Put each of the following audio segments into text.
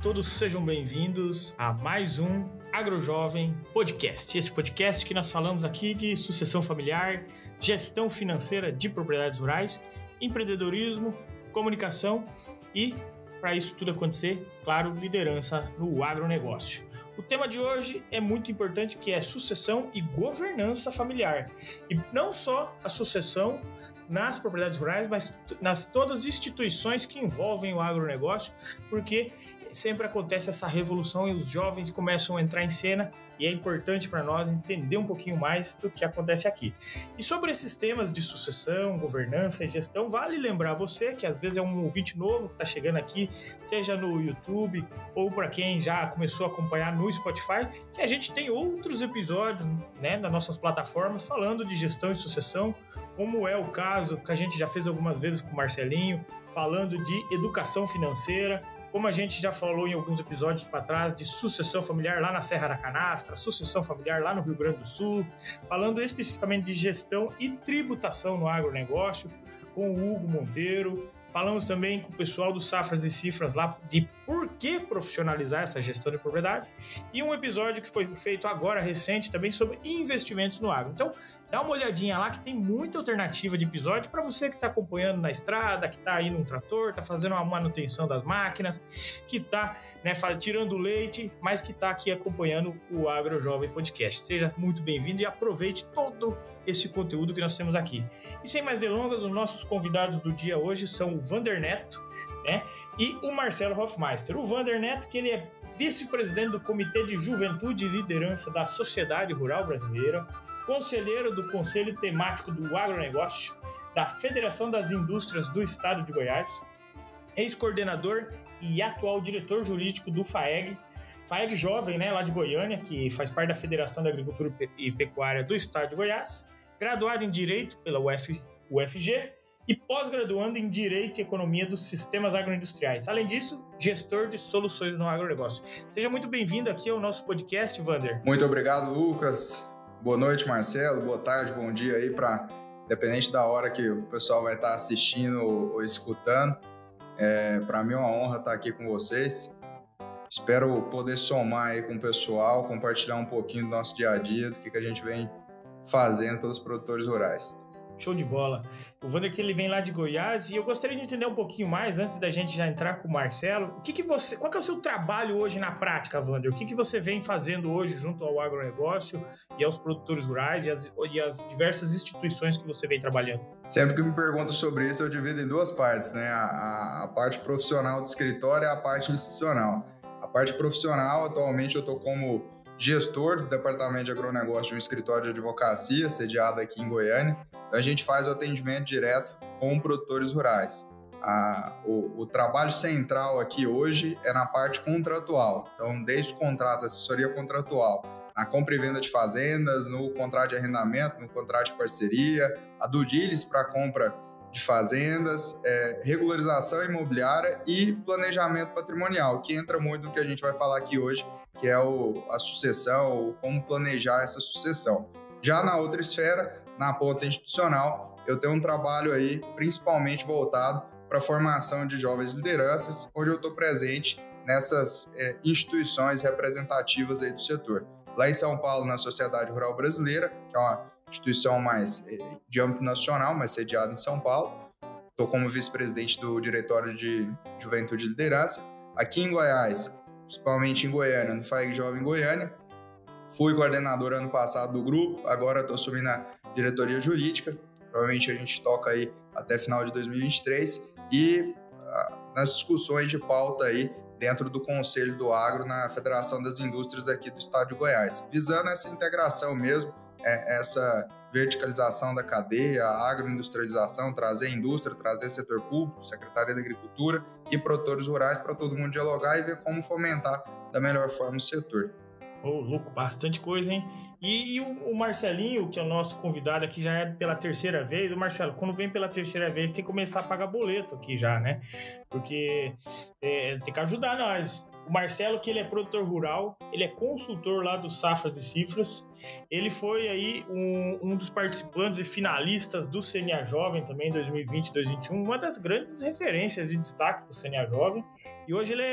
todos sejam bem-vindos a mais um AgroJovem Podcast. Esse podcast que nós falamos aqui de sucessão familiar, gestão financeira de propriedades rurais, empreendedorismo, comunicação e, para isso tudo acontecer, claro, liderança no agronegócio. O tema de hoje é muito importante, que é sucessão e governança familiar. E não só a sucessão nas propriedades rurais, mas nas todas as instituições que envolvem o agronegócio, porque sempre acontece essa revolução e os jovens começam a entrar em cena e é importante para nós entender um pouquinho mais do que acontece aqui. E sobre esses temas de sucessão, governança e gestão, vale lembrar você que às vezes é um ouvinte novo que está chegando aqui, seja no YouTube ou para quem já começou a acompanhar no Spotify, que a gente tem outros episódios, né, nas nossas plataformas falando de gestão e sucessão, como é o caso que a gente já fez algumas vezes com o Marcelinho, falando de educação financeira, como a gente já falou em alguns episódios para trás de sucessão familiar lá na Serra da Canastra, sucessão familiar lá no Rio Grande do Sul, falando especificamente de gestão e tributação no agronegócio, com o Hugo Monteiro. Falamos também com o pessoal do Safras e Cifras lá de por que profissionalizar essa gestão de propriedade. E um episódio que foi feito agora, recente, também sobre investimentos no agro. Então, dá uma olhadinha lá que tem muita alternativa de episódio para você que está acompanhando na estrada, que está aí num trator, está fazendo uma manutenção das máquinas, que está, né, tirando leite, mas que está aqui acompanhando o AgroJovem Podcast. Seja muito bem-vindo e aproveite todo esse conteúdo que nós temos aqui. E sem mais delongas, os nossos convidados do dia hoje são o Vander Neto, né, e o Marcelo Hofmeister. O Vander Neto, que ele é vice-presidente do Comitê de Juventude e Liderança da Sociedade Rural Brasileira, conselheiro do Conselho Temático do Agronegócio, da Federação das Indústrias do Estado de Goiás, ex-coordenador e atual diretor jurídico do FAEG Jovem, né, lá de Goiânia, que faz parte da Federação da Agricultura e Pecuária do Estado de Goiás, graduado em Direito pela UFG e pós-graduando em Direito e Economia dos Sistemas Agroindustriais. Além disso, gestor de soluções no agronegócio. Seja muito bem-vindo aqui ao nosso podcast, Vander. Muito obrigado, Lucas. Boa noite, Marcelo. Boa tarde, bom dia aí, independente da hora que o pessoal vai estar assistindo ou escutando. Para mim é uma honra estar aqui com vocês. Espero poder somar aí com o pessoal, compartilhar um pouquinho do nosso dia a dia, do que a gente vem fazendo pelos produtores rurais. Show de bola. O Vander, que ele vem lá de Goiás, e eu gostaria de entender um pouquinho mais, antes da gente já entrar com o Marcelo, qual que é o seu trabalho hoje na prática, Vander? O que você vem fazendo hoje junto ao agronegócio e aos produtores rurais e as diversas instituições que você vem trabalhando? Sempre que me perguntam sobre isso, eu divido em duas partes, né? A parte profissional do escritório e a parte institucional. A parte profissional, atualmente eu estou como gestor do departamento de agronegócio de um escritório de advocacia sediado aqui em Goiânia. Então a gente faz o atendimento direto com produtores rurais. O trabalho central aqui hoje é na parte contratual. Então, desde o contrato, assessoria contratual, na compra e venda de fazendas, no contrato de arrendamento, no contrato de parceria, a due diligence para a compra de fazendas, regularização imobiliária e planejamento patrimonial, que entra muito no que a gente vai falar aqui hoje, que é a sucessão, como planejar essa sucessão. Já na outra esfera, na ponta institucional, eu tenho um trabalho aí principalmente voltado para a formação de jovens lideranças, onde eu estou presente nessas instituições representativas aí do setor. Lá em São Paulo, na Sociedade Rural Brasileira, que é uma instituição mais de âmbito nacional, mas sediada em São Paulo. Estou como vice-presidente do Diretório de Juventude e Liderança. Aqui em Goiás, principalmente em Goiânia, no FAEG Jovem Goiânia. Fui coordenador ano passado do grupo, agora estou assumindo a diretoria jurídica. Provavelmente a gente toca aí até final de 2023. E nas discussões de pauta aí dentro do Conselho do Agro na Federação das Indústrias aqui do Estado de Goiás, visando essa integração mesmo, essa verticalização da cadeia, a agroindustrialização, trazer indústria, trazer setor público, Secretaria da Agricultura e produtores rurais para todo mundo dialogar e ver como fomentar da melhor forma o setor. Louco, bastante coisa, hein? E o Marcelinho, que é o nosso convidado aqui, já é pela terceira vez. O Marcelo, quando vem pela terceira vez, tem que começar a pagar boleto aqui já, né? Porque tem que ajudar nós. O Marcelo, que ele é produtor rural, ele é consultor lá do Safras e Cifras. Ele foi aí um dos participantes e finalistas do CNA Jovem também, 2020 e 2021, uma das grandes referências de destaque do CNA Jovem. E hoje ele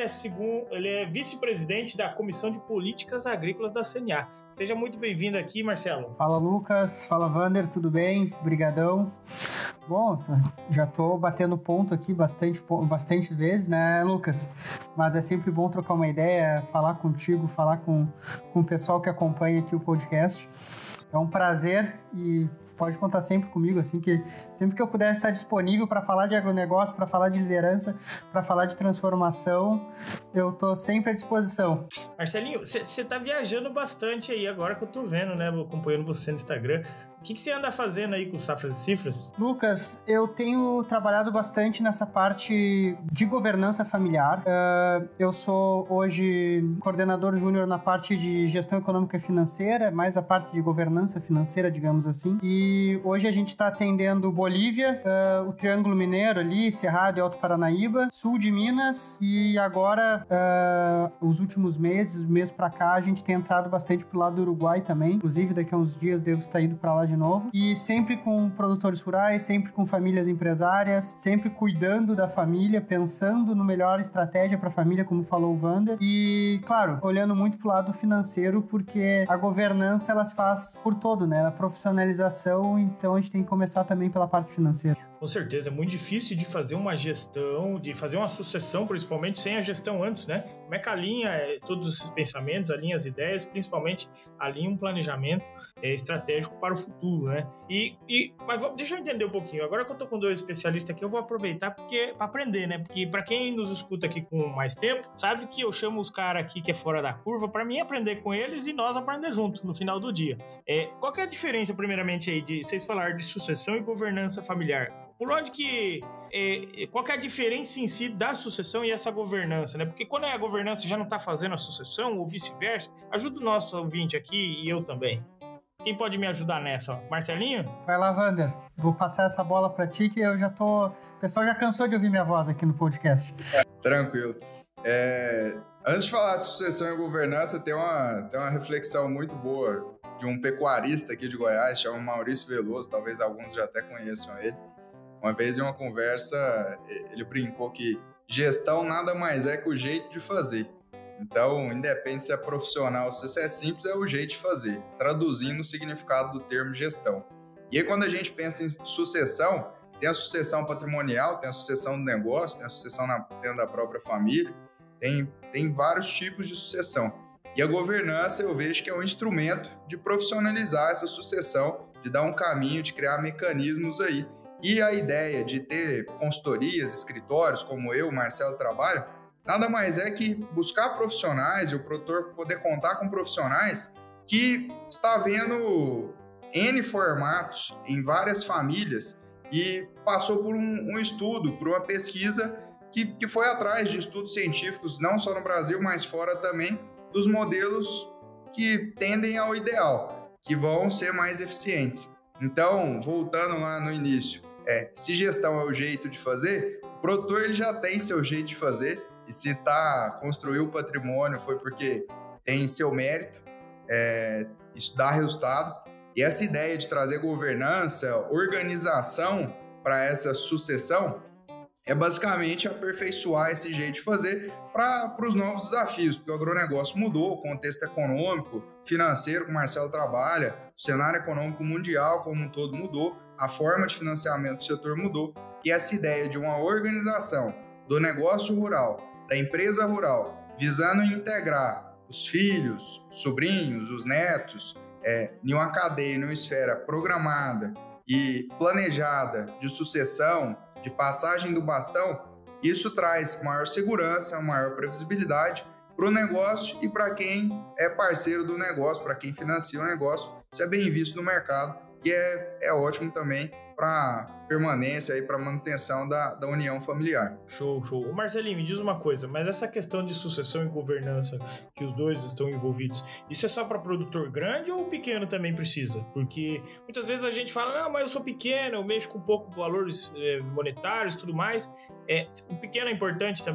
é vice-presidente da Comissão de Políticas Agrícolas da CNA. Seja muito bem-vindo aqui, Marcelo. Fala, Lucas. Fala, Vander. Tudo bem? Obrigadão. Bom, já tô batendo ponto aqui bastante vezes, né, Lucas? Mas é sempre bom trocar uma ideia, falar contigo, falar com o pessoal que acompanha aqui o podcast. É um prazer e pode contar sempre comigo, assim, que sempre que eu puder estar disponível para falar de agronegócio, para falar de liderança, para falar de transformação, eu tô sempre à disposição. Marcelinho, você tá viajando bastante aí, agora que eu tô vendo, né, acompanhando você no Instagram. O que você anda fazendo aí com Safras e Cifras? Lucas, eu tenho trabalhado bastante nessa parte de governança familiar. Eu sou hoje coordenador júnior na parte de gestão econômica e financeira, mais a parte de governança financeira, digamos assim. E hoje a gente está atendendo Bolívia, o Triângulo Mineiro ali, Cerrado e Alto Paranaíba, sul de Minas, e agora, os últimos meses, mês pra cá, a gente tem entrado bastante pro lado do Uruguai também. Inclusive, daqui a uns dias devo estar indo pra lá de novo. E sempre com produtores rurais, sempre com famílias empresárias, sempre cuidando da família, pensando no melhor estratégia pra família, como falou o Vander. E, claro, olhando muito pro lado financeiro, porque a governança, ela se faz por todo, né? A profissionalização, então a gente tem que começar também pela parte financeira. Com certeza, é muito difícil de fazer uma gestão, de fazer uma sucessão, principalmente sem a gestão antes, né? Como é que alinha todos esses pensamentos, alinha as ideias, principalmente alinha um planejamento estratégico para o futuro, né? Mas deixa eu entender um pouquinho. Agora que eu tô com dois especialistas aqui, eu vou aproveitar para aprender, né? Porque para quem nos escuta aqui com mais tempo, sabe que eu chamo os caras aqui que é fora da curva para mim aprender com eles e nós aprender junto no final do dia. Qual que é a diferença, primeiramente, aí de vocês falarem de sucessão e governança familiar? Por onde que... qual que é a diferença em si da sucessão e essa governança, né? Porque quando a governança já não está fazendo a sucessão ou vice-versa, ajuda o nosso ouvinte aqui e eu também. Quem pode me ajudar nessa? Marcelinho? Vai lá, Vander. Vou passar essa bola para ti que eu já tô... O pessoal já cansou de ouvir minha voz aqui no podcast. Tranquilo. Antes de falar de sucessão e governança, tem uma reflexão muito boa de um pecuarista aqui de Goiás, chama Maurício Veloso, talvez alguns já até conheçam ele. Uma vez em uma conversa, ele brincou que gestão nada mais é que o jeito de fazer. Então, independe se é profissional ou se é simples, é o jeito de fazer, traduzindo o significado do termo gestão. E aí, quando a gente pensa em sucessão, tem a sucessão patrimonial, tem a sucessão do negócio, tem a sucessão dentro da própria família, tem vários tipos de sucessão. E a governança, eu vejo que é um instrumento de profissionalizar essa sucessão, de dar um caminho, de criar mecanismos aí. E a ideia de ter consultorias, escritórios, como eu, Marcelo, trabalho, nada mais é que buscar profissionais e o produtor poder contar com profissionais que está vendo N formatos em várias famílias e passou por um estudo, por uma pesquisa que foi atrás de estudos científicos, não só no Brasil, mas fora também, dos modelos que tendem ao ideal, que vão ser mais eficientes. Então, voltando lá no início, se gestão é o jeito de fazer, o produtor ele já tem seu jeito de fazer, e se construiu o patrimônio foi porque tem seu mérito, isso dá resultado. E essa ideia de trazer governança, organização para essa sucessão é basicamente aperfeiçoar esse jeito de fazer para os novos desafios, porque o agronegócio mudou, o contexto econômico, financeiro que o Marcelo trabalha, o cenário econômico mundial como um todo mudou, a forma de financiamento do setor mudou, e essa ideia de uma organização do negócio rural, da empresa rural, visando integrar os filhos, os sobrinhos, os netos, em uma cadeia, em uma esfera programada e planejada de sucessão, de passagem do bastão, isso traz maior segurança, maior previsibilidade para o negócio e para quem é parceiro do negócio, para quem financia o negócio. Isso é bem visto no mercado e é ótimo também para permanência e para manutenção da união familiar. Show. Ô Marcelinho, me diz uma coisa, mas essa questão de sucessão e governança que os dois estão envolvidos, isso é só para produtor grande ou o pequeno também precisa? Porque muitas vezes a gente fala, não, mas eu sou pequeno, eu mexo com pouco valores monetários e tudo mais. O pequeno é importante também ou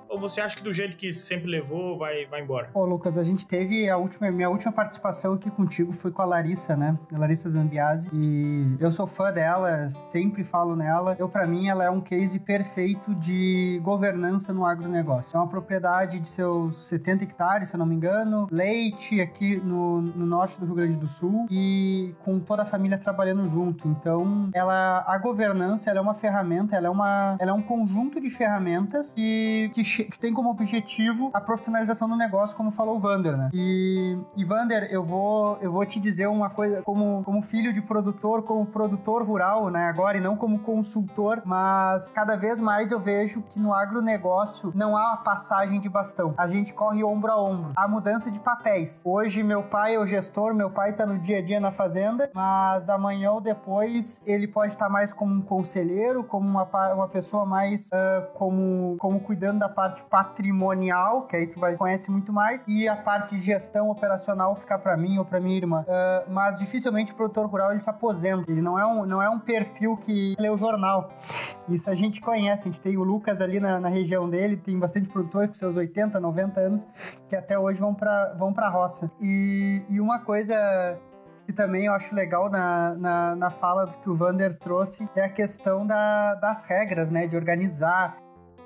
Ou você acha que do jeito que sempre levou, vai embora? Pô, Lucas, a gente teve minha última participação aqui contigo foi com a Larissa, né? A Larissa Zambiasi. E eu sou fã dela, sempre falo nela. Pra mim, ela é um case perfeito de governança no agronegócio. É uma propriedade de seus 70 hectares, se eu não me engano, leite aqui no norte do Rio Grande do Sul e com toda a família trabalhando junto. Então, a governança, ela é uma ferramenta, ela é um conjunto de ferramentas que tem como objetivo a profissionalização do negócio, como falou o Vander, né? E Vander, eu vou te dizer uma coisa, como filho de produtor, como produtor rural, né, agora, e não como consultor, mas cada vez mais eu vejo que no agronegócio não há uma passagem de bastão. A gente corre ombro a ombro. Há mudança de papéis. Hoje, meu pai é o gestor, meu pai tá no dia a dia na fazenda, mas amanhã ou depois ele pode estar mais como um conselheiro, como uma pessoa mais como cuidando da parte patrimonial, que aí tu conhece muito mais, e a parte de gestão operacional ficar para mim ou para minha irmã. Mas dificilmente o produtor rural ele se aposenta. Ele não é um perfil que lê o jornal. Isso a gente conhece. A gente tem o Lucas ali na região dele, tem bastante produtor com seus 80, 90 anos que até hoje vão para roça. E uma coisa que também eu acho legal na fala que o Vander trouxe é a questão das regras, né? De organizar.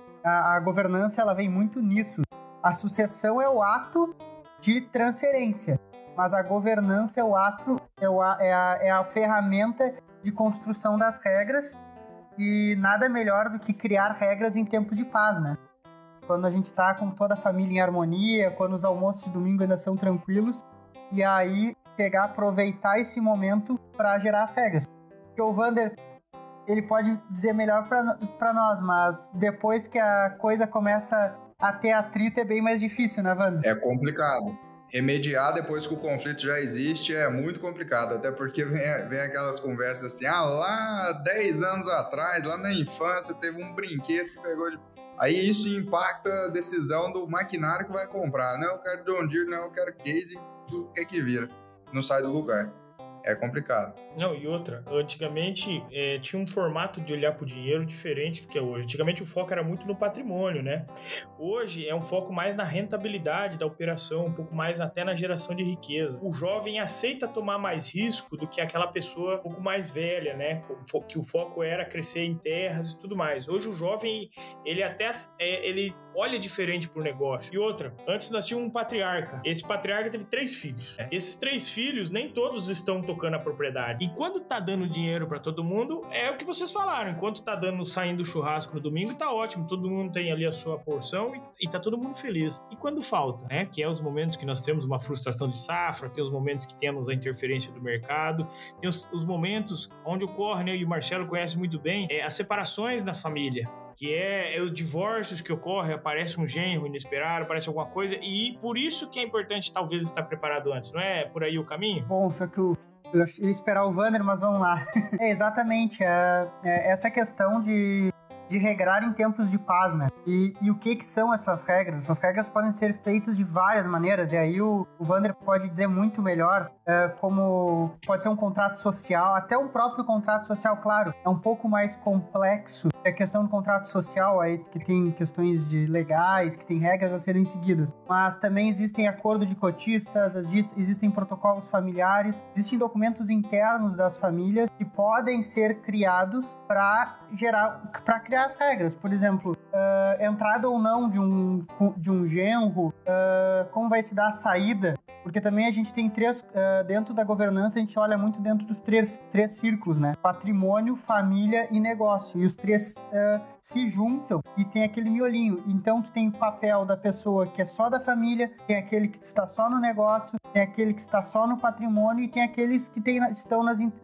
A governança, ela vem muito nisso. A sucessão é o ato de transferência, mas a governança é o ato, é a ferramenta de construção das regras, e nada melhor do que criar regras em tempo de paz, né? Quando a gente está com toda a família em harmonia, quando os almoços de domingo ainda são tranquilos, e aí aproveitar esse momento para gerar as regras. Porque o Vander, ele pode dizer melhor para nós, mas depois que a coisa começa a ter atrito é bem mais difícil, né, Vander? É complicado. Remediar depois que o conflito já existe é muito complicado, até porque vem aquelas conversas assim, lá 10 anos atrás, lá na infância, teve um brinquedo que pegou de... Aí isso impacta a decisão do maquinário que vai comprar. Não, eu quero John Deere, não, eu quero Case, o que vira? Não sai do lugar. É complicado. Não, e outra, antigamente tinha um formato de olhar pro dinheiro diferente do que é hoje. Antigamente o foco era muito no patrimônio, né? Hoje é um foco mais na rentabilidade da operação, um pouco mais até na geração de riqueza. O jovem aceita tomar mais risco do que aquela pessoa um pouco mais velha, né? Que o foco era crescer em terras e tudo mais. Hoje o jovem, ele até ele olha diferente pro negócio. E outra, antes nós tínhamos um patriarca. Esse patriarca teve 3 filhos. Esses 3 filhos, nem todos estão tocando a propriedade. E quando tá dando dinheiro pra todo mundo, é o que vocês falaram. Enquanto tá saindo churrasco no domingo, tá ótimo. Todo mundo tem ali a sua porção e tá todo mundo feliz. E quando falta, né? Que é os momentos que nós temos uma frustração de safra, tem os momentos que temos a interferência do mercado, tem os momentos onde ocorre, né? E o Marcelo conhece muito bem, as separações na família. Que é os divórcios que ocorrem, aparece um genro inesperado, aparece alguma coisa, e por isso que é importante talvez estar preparado antes, não é por aí o caminho? Bom, foi que eu ia esperar o Vander, mas vamos lá. Exatamente, essa questão de regrar em tempos de paz, né? E o que são essas regras? Essas regras podem ser feitas de várias maneiras, e aí o Vander pode dizer muito melhor, como pode ser um contrato social, até um próprio contrato social, claro, é um pouco mais complexo. É questão do contrato social, aí que tem questões legais, que tem regras a serem seguidas. Mas também existem acordos de cotistas, existem protocolos familiares, existem documentos internos das famílias que podem ser criados para criar as regras. Por exemplo, entrada ou não de um genro, como vai se dar a saída, porque também a gente tem 3, dentro da governança a gente olha muito dentro dos três círculos, né? Patrimônio, família e negócio. E os 3 se juntam e tem aquele miolinho. Então tu tem o papel da pessoa que é só da família, tem aquele que está só no negócio, tem aquele que está só no patrimônio e tem aqueles que estão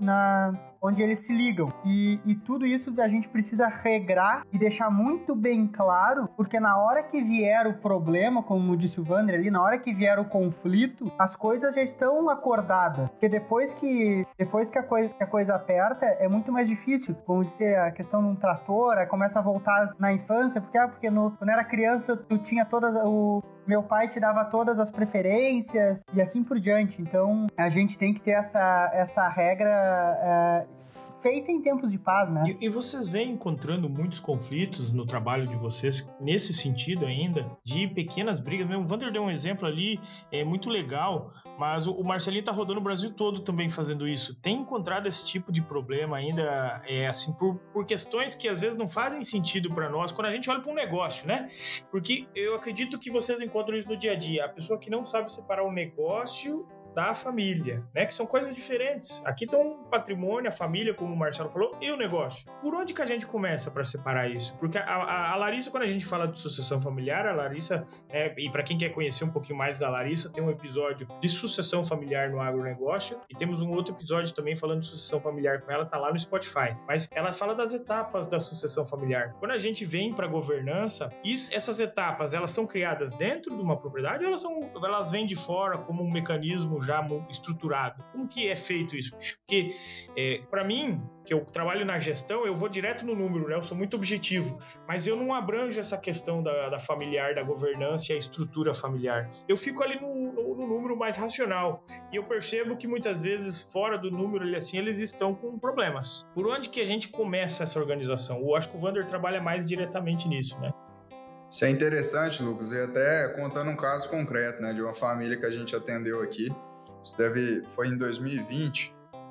onde eles se ligam. E tudo isso a gente precisa regrar e deixar muito bem claro, porque na hora que vier o problema, como disse o Vander ali, na hora que vier o conflito, as coisas já estão acordadas. Porque depois que a coisa aperta, é muito mais difícil. Como disse, a questão de um trator, começa a voltar na infância, porque quando era criança, tu tinha meu pai te dava todas as preferências e assim por diante. Então, a gente tem que ter essa regra feita em tempos de paz, né? E vocês vêm encontrando muitos conflitos no trabalho de vocês nesse sentido ainda, de pequenas brigas mesmo? O Wander deu um exemplo ali, é muito legal, mas o Marcelinho tá rodando o Brasil todo também fazendo isso. Tem encontrado esse tipo de problema ainda, assim, por questões que às vezes não fazem sentido para nós, quando a gente olha para um negócio, né? Porque eu acredito que vocês encontram isso no dia a dia. A pessoa que não sabe separar o negócio da família, né? Que são coisas diferentes. Aqui tem um patrimônio, a família, como o Marcelo falou, e o negócio. Por onde que a gente começa para separar isso? Porque a Larissa, quando a gente fala de sucessão familiar, a Larissa, e para quem quer conhecer um pouquinho mais da Larissa, tem um episódio de sucessão familiar no agronegócio, e temos um outro episódio também falando de sucessão familiar com ela, tá lá no Spotify. Mas ela fala das etapas da sucessão familiar. Quando a gente vem para governança, essas etapas, elas são criadas dentro de uma propriedade ou elas vêm de fora como um mecanismo já estruturado? Como que é feito isso? Porque, para mim, que eu trabalho na gestão, eu vou direto no número, né? Eu sou muito objetivo, mas eu não abranjo essa questão da familiar, da governança e a estrutura familiar. Eu fico ali no número mais racional, e eu percebo que muitas vezes, fora do número, eles estão com problemas. Por onde que a gente começa essa organização? Eu acho que o Wander trabalha mais diretamente nisso, né? Isso é interessante, Lucas, e até contando um caso concreto, né, de uma família que a gente atendeu aqui. Isso foi em 2020,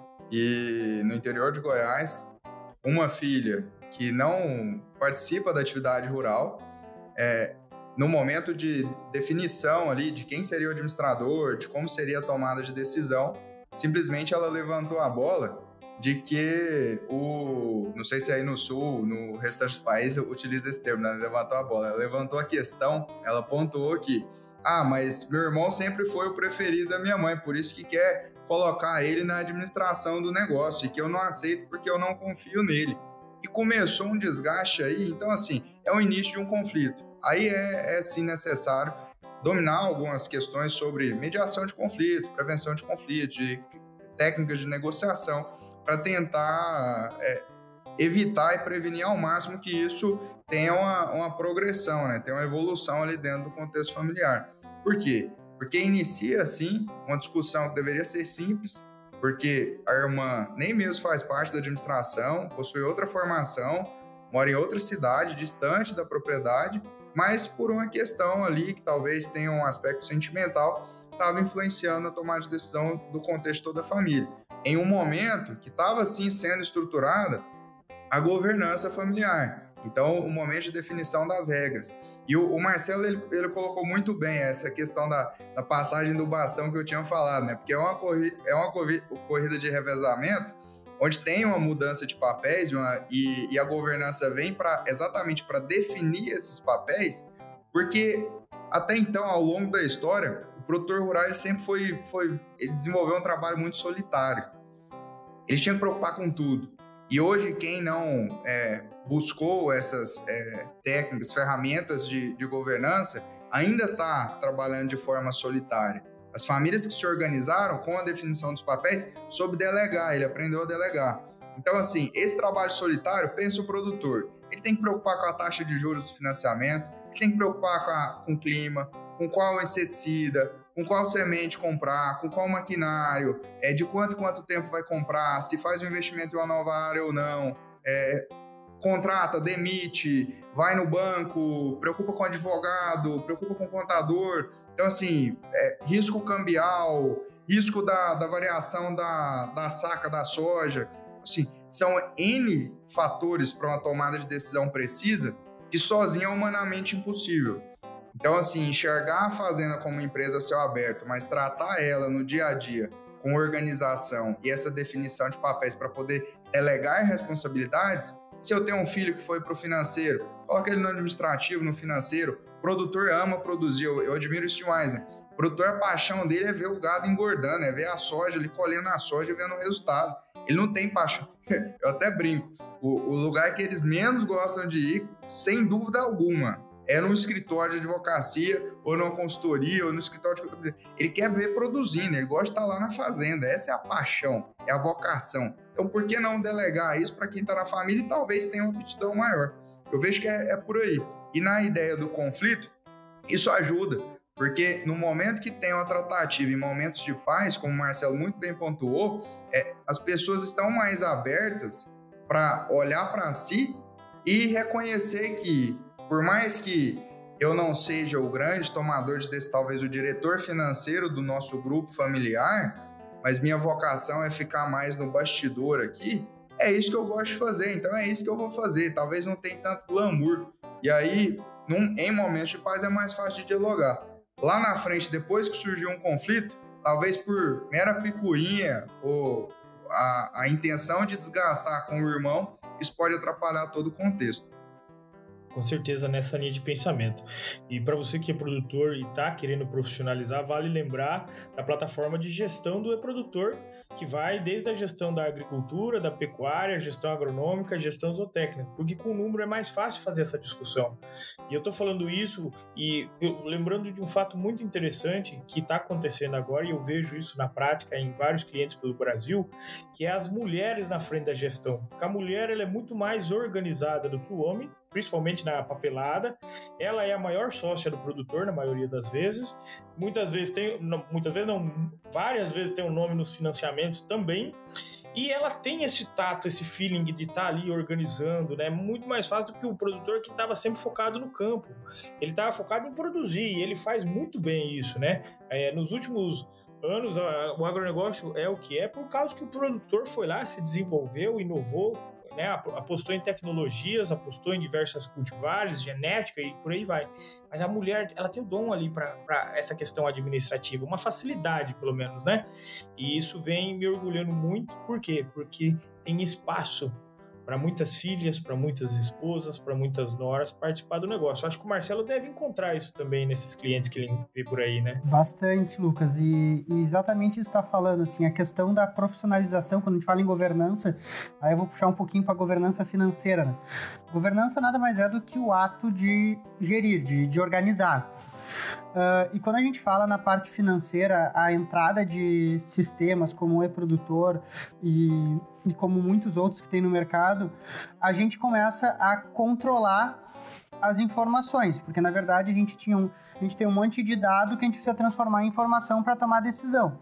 e no interior de Goiás, uma filha que não participa da atividade rural, no momento de definição ali de quem seria o administrador, de como seria a tomada de decisão, simplesmente ela levantou a bola de que não sei se aí no Sul, no restante do país, utiliza esse termo, né? Levantou a bola. Ela levantou a questão, ela pontuou que mas meu irmão sempre foi o preferido da minha mãe, por isso que quer colocar ele na administração do negócio, e que eu não aceito porque eu não confio nele. E começou um desgaste aí, então assim, é o início de um conflito. Aí é sim necessário dominar algumas questões sobre mediação de conflito, prevenção de conflito, de técnicas de negociação, para tentar evitar e prevenir ao máximo que isso tenha uma progressão, né? Tenha uma evolução ali dentro do contexto familiar. Por quê? Porque inicia, assim, uma discussão que deveria ser simples, porque a irmã nem mesmo faz parte da administração, possui outra formação, mora em outra cidade, distante da propriedade, mas por uma questão ali que talvez tenha um aspecto sentimental, estava influenciando a tomada de decisão do contexto da família. Em um momento que estava, sim, sendo estruturada a governança familiar. Então, o momento de definição das regras. E o Marcelo, ele colocou muito bem essa questão da passagem do bastão que eu tinha falado, né? Porque é uma corrida de revezamento, onde tem uma mudança de papéis e a governança vem exatamente para definir esses papéis, porque até então, ao longo da história, o produtor rural ele sempre ele desenvolveu um trabalho muito solitário. Ele tinha que preocupar com tudo. E hoje, quem não buscou essas técnicas, ferramentas de governança, ainda está trabalhando de forma solitária. As famílias que se organizaram com a definição dos papéis soube delegar, ele aprendeu a delegar. Então, assim, esse trabalho solitário, pensa o produtor, ele tem que preocupar com a taxa de juros do financiamento, ele tem que preocupar com o clima, com qual inseticida, com qual semente comprar, com qual maquinário, de quanto tempo vai comprar, se faz um investimento em uma nova área ou não, contrata, demite, vai no banco, preocupa com advogado, preocupa com contador. Então, assim, risco cambial, risco da variação da saca da soja. Assim, são N fatores para uma tomada de decisão precisa que sozinho é humanamente impossível. Então, assim, enxergar a fazenda como uma empresa a céu aberto, mas tratar ela no dia a dia com organização e essa definição de papéis para poder delegar responsabilidades. Se eu tenho um filho que foi para o financeiro, coloca ele no administrativo, no financeiro. O produtor ama produzir, eu admiro isso demais, né? O produtor, a paixão dele é ver o gado engordando, é ver a soja, ele colhendo a soja e vendo o resultado. Ele não tem paixão. Eu até brinco. O lugar que eles menos gostam de ir, sem dúvida alguma, é num escritório de advocacia, ou numa consultoria, ou no escritório de contabilidade. Ele quer ver produzindo, ele gosta de estar lá na fazenda. Essa é a paixão, é a vocação. Então, por que não delegar isso para quem está na família e talvez tenha uma aptidão maior? Eu vejo que é por aí. E na ideia do conflito, isso ajuda, Porque no momento que tem uma tratativa, em momentos de paz, como o Marcelo muito bem pontuou, as pessoas estão mais abertas para olhar para si e reconhecer que, por mais que eu não seja o grande tomador de decisão, talvez o diretor financeiro do nosso grupo familiar, mas minha vocação é ficar mais no bastidor aqui, é isso que eu gosto de fazer, então é isso que eu vou fazer. Talvez não tenha tanto glamour. E aí, em momentos de paz, é mais fácil de dialogar. Lá na frente, depois que surgiu um conflito, talvez por mera picuinha ou a intenção de desgastar com o irmão, isso pode atrapalhar todo o contexto. Com certeza, nessa linha de pensamento. E para você que é produtor e está querendo profissionalizar, vale lembrar da plataforma de gestão do e-produtor, que vai desde a gestão da agricultura, da pecuária, gestão agronômica, gestão zootécnica, porque com o número é mais fácil fazer essa discussão. E eu estou falando isso e lembrando de um fato muito interessante que está acontecendo agora, e eu vejo isso na prática em vários clientes pelo Brasil, que é as mulheres na frente da gestão. Porque a mulher ela é muito mais organizada do que o homem, principalmente na papelada. Ela é a maior sócia do produtor na maioria das vezes. Várias vezes tem um nome nos financiamentos também. E ela tem esse tato, esse feeling de estar ali organizando, né? Muito mais fácil do que o produtor que estava sempre focado no campo. Ele estava focado em produzir e ele faz muito bem isso, né? Nos últimos anos, o agronegócio é o que é por causa que o produtor foi lá, se desenvolveu, inovou, né, apostou em tecnologias, apostou em diversas cultivares, genética e por aí vai. Mas a mulher, ela tem o dom ali para essa questão administrativa, uma facilidade pelo menos, né? E isso vem me orgulhando muito. Por quê? Porque tem espaço para muitas filhas, para muitas esposas, para muitas noras participar do negócio. Eu acho que o Marcelo deve encontrar isso também nesses clientes que ele vê por aí, né? Bastante, Lucas. E exatamente isso que você está falando, assim, a questão da profissionalização, quando a gente fala em governança, aí eu vou puxar um pouquinho para a governança financeira, né? Governança nada mais é do que o ato de gerir, de organizar. E quando a gente fala na parte financeira, a entrada de sistemas como o e-produtor e como muitos outros que tem no mercado, a gente começa a controlar as informações, porque na verdade a gente tem um monte de dado que a gente precisa transformar em informação para tomar decisão.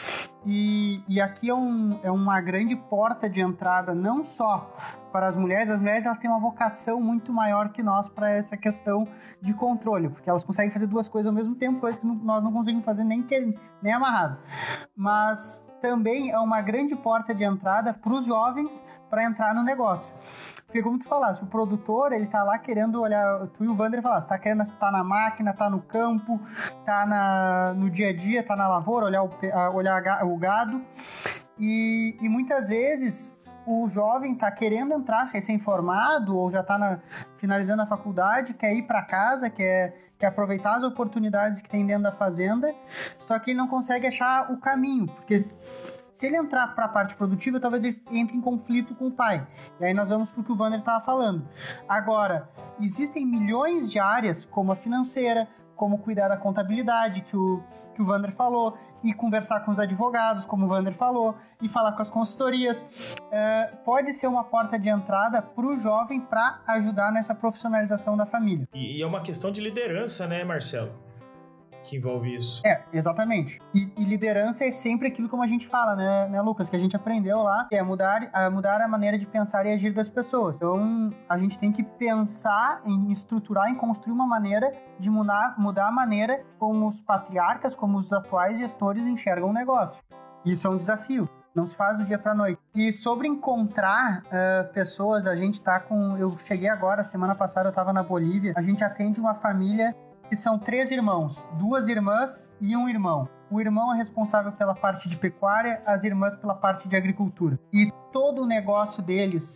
E aqui é uma grande porta de entrada, não só para as mulheres elas têm uma vocação muito maior que nós para essa questão de controle, porque elas conseguem fazer duas coisas ao mesmo tempo, coisa que nós não conseguimos fazer nem amarrado. Mas também é uma grande porta de entrada para os jovens para entrar no negócio. Porque como tu falaste, o produtor, ele tá lá querendo olhar, tu e o Wander falaste, tá querendo estar na máquina, tá no campo, tá no dia a dia, tá na lavoura, olhar o gado. E muitas vezes o jovem tá querendo entrar recém-formado ou já tá finalizando a faculdade, quer ir para casa, quer aproveitar as oportunidades que tem dentro da fazenda, só que ele não consegue achar o caminho, porque se ele entrar para a parte produtiva, talvez ele entre em conflito com o pai. E aí nós vamos para o que o Wander estava falando. Agora, existem milhões de áreas, como a financeira, como cuidar da contabilidade, que o Wander falou, e conversar com os advogados, como o Wander falou, e falar com as consultorias. Pode ser uma porta de entrada para o jovem para ajudar nessa profissionalização da família. E é uma questão de liderança, né, Marcelo? Que envolve isso. Exatamente. E liderança é sempre aquilo como a gente fala, né, Lucas? Que a gente aprendeu lá, que é mudar a maneira de pensar e agir das pessoas. Então, a gente tem que pensar em estruturar, em construir uma maneira de mudar a maneira como os patriarcas, como os atuais gestores enxergam o negócio. Isso é um desafio. Não se faz do dia pra noite. E sobre encontrar pessoas, a gente tá com... Eu cheguei agora, semana passada eu tava na Bolívia, a gente atende uma família que são 3 irmãos, 2 irmãs e 1 irmão. O irmão é responsável pela parte de pecuária, as irmãs pela parte de agricultura. E todo o negócio deles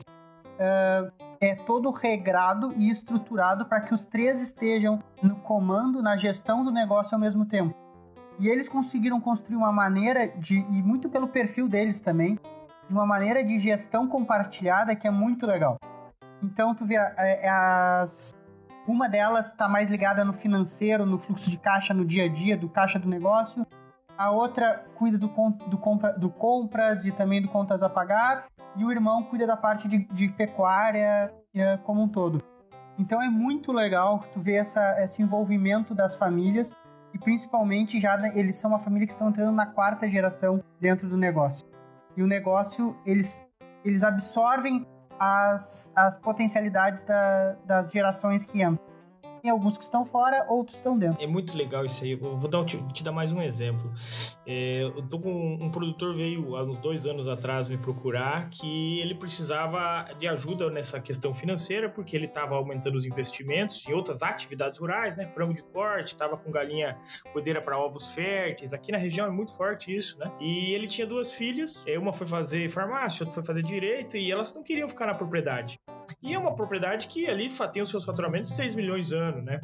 é todo regrado e estruturado para que os 3 estejam no comando, na gestão do negócio ao mesmo tempo. E eles conseguiram construir uma maneira e muito pelo perfil deles também, de uma maneira de gestão compartilhada que é muito legal. Então, tu vê, uma delas está mais ligada no financeiro, no fluxo de caixa, no dia a dia, do caixa do negócio. A outra cuida do compras e também do contas a pagar. E o irmão cuida da parte de pecuária como um todo. Então é muito legal tu ver esse envolvimento das famílias e principalmente eles são uma família que estão entrando na 4ª geração dentro do negócio. E o negócio, eles absorvem as potencialidades das gerações que entram. Tem alguns que estão fora, outros estão dentro. É muito legal isso aí. Eu vou te dar mais um exemplo. Eu tô com um produtor veio há uns 2 anos atrás me procurar que ele precisava de ajuda nessa questão financeira porque ele estava aumentando os investimentos em outras atividades rurais, né? Frango de corte, estava com galinha cordeira para ovos férteis. Aqui na região é muito forte isso, né? E ele tinha 2 filhas. Uma foi fazer farmácia, outra foi fazer direito e elas não queriam ficar na propriedade. E é uma propriedade que ali tem os seus faturamentos de 6 milhões ano, né?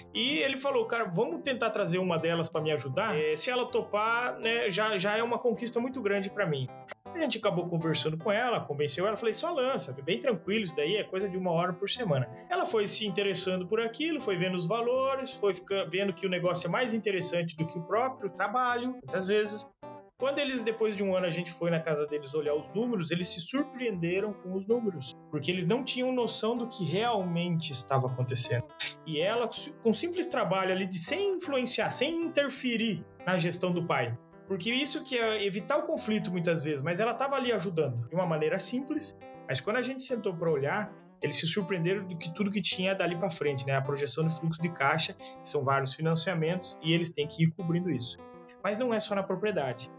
E ele falou, cara, vamos tentar trazer uma delas para me ajudar? Se ela topar, né, já é uma conquista muito grande para mim. A gente acabou conversando com ela, convenceu ela, falei, só lança, bem tranquilo, isso daí é coisa de 1 hora por semana. Ela foi se interessando por aquilo, foi vendo os valores, foi vendo que o negócio é mais interessante do que o próprio trabalho, muitas vezes. Quando eles, depois de 1 ano, a gente foi na casa deles olhar os números, eles se surpreenderam com os números, porque eles não tinham noção do que realmente estava acontecendo. E ela, com simples trabalho ali, sem influenciar, sem interferir na gestão do pai, porque isso que é evitar o conflito muitas vezes, mas ela estava ali ajudando de uma maneira simples, mas quando a gente sentou para olhar, eles se surpreenderam do que tudo que tinha dali para frente, né? A projeção do fluxo de caixa, que são vários financiamentos, e eles têm que ir cobrindo isso. Mas não é só na propriedade.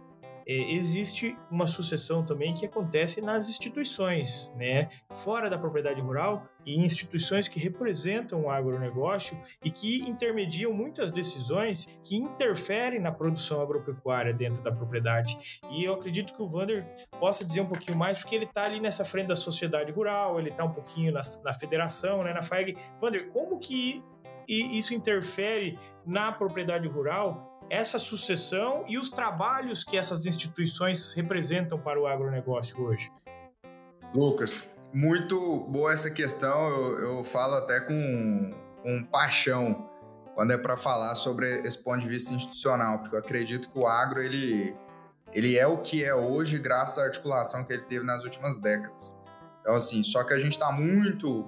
Existe uma sucessão também que acontece nas instituições, né? Fora da propriedade rural e em instituições que representam o agronegócio e que intermediam muitas decisões que interferem na produção agropecuária dentro da propriedade. E eu acredito que o Wander possa dizer um pouquinho mais, porque ele está ali nessa frente da sociedade rural, ele está um pouquinho na federação, né, na FAEG. Wander, como que isso interfere na propriedade rural, essa sucessão e os trabalhos que essas instituições representam para o agronegócio hoje? Lucas, muito boa essa questão. Eu falo até com paixão quando é para falar sobre esse ponto de vista institucional, porque eu acredito que o agro ele é o que é hoje graças à articulação que ele teve nas últimas décadas. Então, assim, só que a gente está muito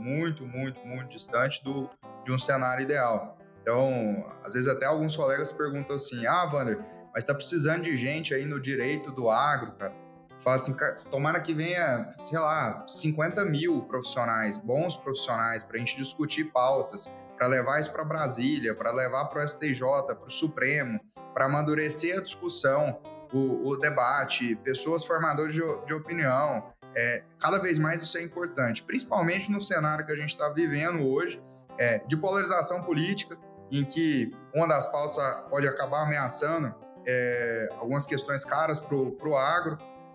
distante de um cenário ideal. Então, às vezes até alguns colegas perguntam assim, Wander, mas tá precisando de gente aí no direito do agro, cara. Fala assim, tomara que venha, sei lá, 50 mil profissionais, bons profissionais, pra gente discutir pautas, para levar isso para Brasília, para levar para o STJ, para o Supremo, para amadurecer a discussão, o debate, pessoas formadoras de opinião. Cada vez mais isso é importante, principalmente no cenário que a gente está vivendo hoje, de polarização política, em que uma das pautas pode acabar ameaçando algumas questões caras para o agro,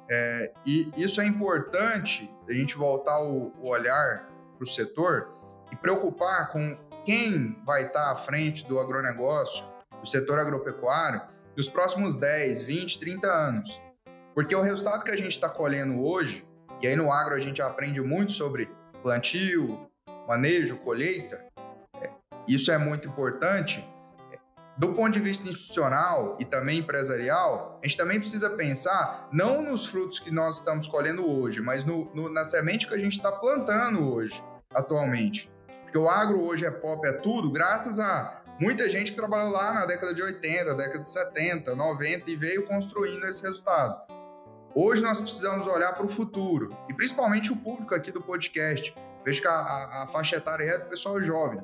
e isso é importante, a gente voltar o olhar para o setor e preocupar com quem vai estar à frente do agronegócio, do setor agropecuário, dos próximos 10, 20, 30 anos. Porque o resultado que a gente está colhendo hoje, e aí no agro a gente aprende muito sobre plantio, manejo, colheita, isso é muito importante. Do ponto de vista institucional e também empresarial, a gente também precisa pensar não nos frutos que nós estamos colhendo hoje, mas na semente que a gente está plantando hoje, atualmente. Porque o agro hoje é pop, é tudo, graças a muita gente que trabalhou lá na década de 80, década de 70, 90 e veio construindo esse resultado. Hoje nós precisamos olhar para o futuro, e principalmente o público aqui do podcast. Vejo que a faixa etária é do pessoal jovem.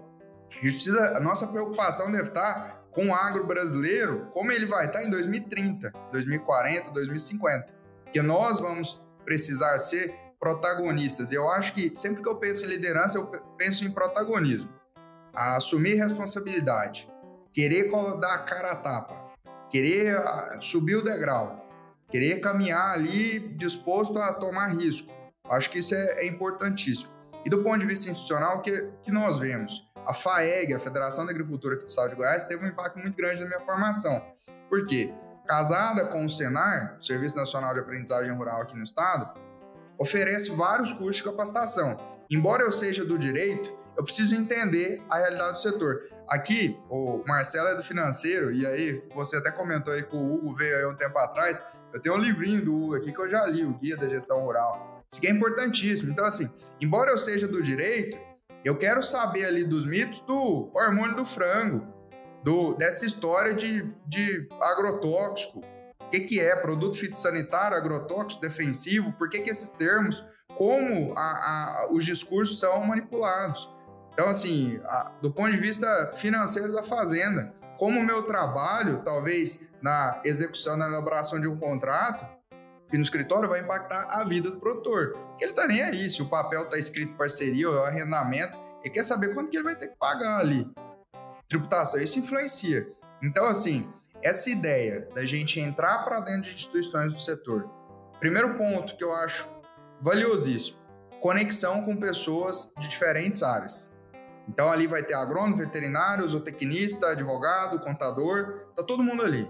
A nossa preocupação deve estar com o agro brasileiro, como ele vai estar em 2030, 2040, 2050. Porque nós vamos precisar ser protagonistas. Eu acho que sempre que eu penso em liderança, eu penso em protagonismo. Assumir responsabilidade, querer dar a cara a tapa, querer subir o degrau, querer caminhar ali disposto a tomar risco. Acho que isso é importantíssimo. E do ponto de vista institucional, o que nós vemos? A FAEG, a Federação da Agricultura aqui do Estado de Goiás, teve um impacto muito grande na minha formação. Por quê? Casada com o Senar, o Serviço Nacional de Aprendizagem Rural aqui no Estado, oferece vários cursos de capacitação. Embora eu seja do direito, eu preciso entender a realidade do setor. Aqui, o Marcelo é do financeiro, e aí você até comentou aí que o Hugo veio aí um tempo atrás, eu tenho um livrinho do Hugo aqui que eu já li, o Guia da Gestão Rural. Isso aqui é importantíssimo. Então, assim, embora eu seja do direito, eu quero saber ali dos mitos do hormônio do frango. dessa história de agrotóxico. O que é produto fitossanitário, agrotóxico, defensivo? Por que esses termos, como os discursos são manipulados? Então, assim, do ponto de vista financeiro da fazenda, como o meu trabalho, talvez na execução, na elaboração de um contrato, que no escritório vai impactar a vida do produtor. Ele tá nem aí, se o papel tá escrito parceria ou arrendamento, ele quer saber quanto que ele vai ter que pagar ali. Tributação, isso influencia. Então, assim, essa ideia da gente entrar para dentro de instituições do setor, primeiro ponto que eu acho valiosíssimo, conexão com pessoas de diferentes áreas. Então, ali vai ter agrônomo, veterinário, zootecnista, advogado, contador, tá todo mundo ali.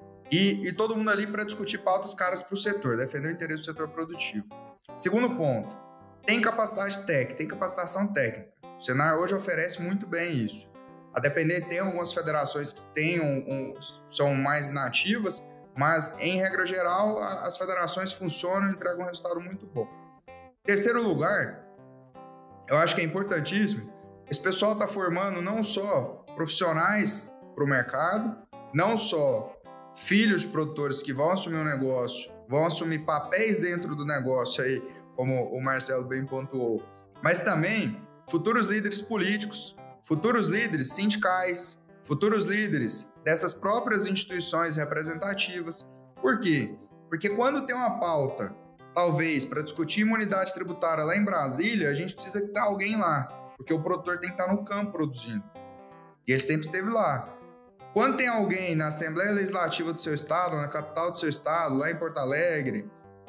E todo mundo ali para discutir pautas caras para o setor, defender o interesse do setor produtivo. Segundo ponto, tem capacidade técnica, tem capacitação técnica. O Senar hoje oferece muito bem isso. A depender, tem algumas federações que são mais inativas, mas, em regra geral, as federações funcionam e entregam um resultado muito bom. Terceiro lugar, eu acho que é importantíssimo, esse pessoal está formando não só profissionais para o mercado, não só filhos de produtores que vão assumir um negócio, vão assumir papéis dentro do negócio aí, como o Marcelo bem pontuou, mas também futuros líderes políticos, futuros líderes sindicais, futuros líderes dessas próprias instituições representativas. Por quê? Porque quando tem uma pauta, talvez, para discutir imunidade tributária lá em Brasília, a gente precisa ter alguém lá, porque o produtor tem que estar no campo produzindo. E ele sempre esteve lá. Quando tem alguém na Assembleia Legislativa do seu estado, na capital do seu estado, lá em Porto Alegre,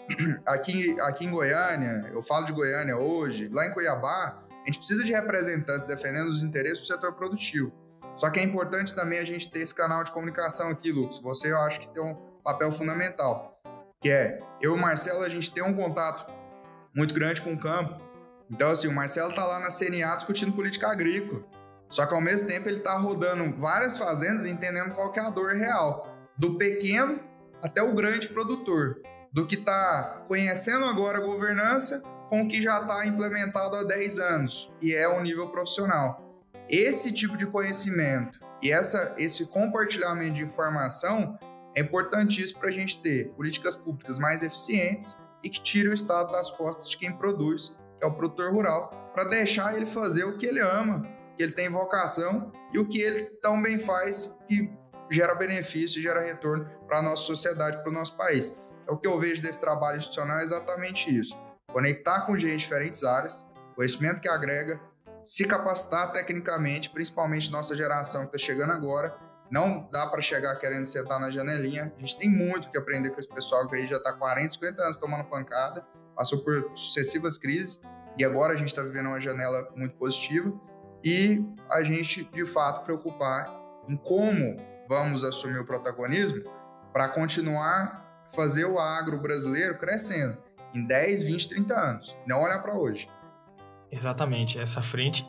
aqui em Goiânia, eu falo de Goiânia hoje, lá em Cuiabá, a gente precisa de representantes defendendo os interesses do setor produtivo. Só que é importante também a gente ter esse canal de comunicação aqui, Lucas. Você, eu acho que tem um papel fundamental, que é, eu e o Marcelo, a gente tem um contato muito grande com o campo. Então, assim, o Marcelo tá lá na CNA discutindo política agrícola. Só que, ao mesmo tempo, ele tá rodando várias fazendas e entendendo qual que é a dor real. Do pequeno até o grande produtor. Do que tá conhecendo agora a governança com o que já está implementado há 10 anos. E é o nível profissional. Esse tipo de conhecimento e esse compartilhamento de informação é importantíssimo para a gente ter políticas públicas mais eficientes e que tirem o Estado das costas de quem produz, que é o produtor rural, para deixar ele fazer o que ele ama, que ele tem vocação e o que ele tão bem faz, que gera benefício e gera retorno para a nossa sociedade, para o nosso país. Então, o que eu vejo desse trabalho institucional é exatamente isso. Conectar com gente de diferentes áreas, conhecimento que agrega, se capacitar tecnicamente, principalmente nossa geração que está chegando agora. Não dá para chegar querendo sentar na janelinha. A gente tem muito que aprender com esse pessoal que aí já está 40, 50 anos tomando pancada, passou por sucessivas crises e agora a gente está vivendo uma janela muito positiva. E a gente, de fato, preocupar em como vamos assumir o protagonismo para continuar a fazer o agro brasileiro crescendo em 10, 20, 30 anos. Não olhar para hoje. Exatamente, essa frente.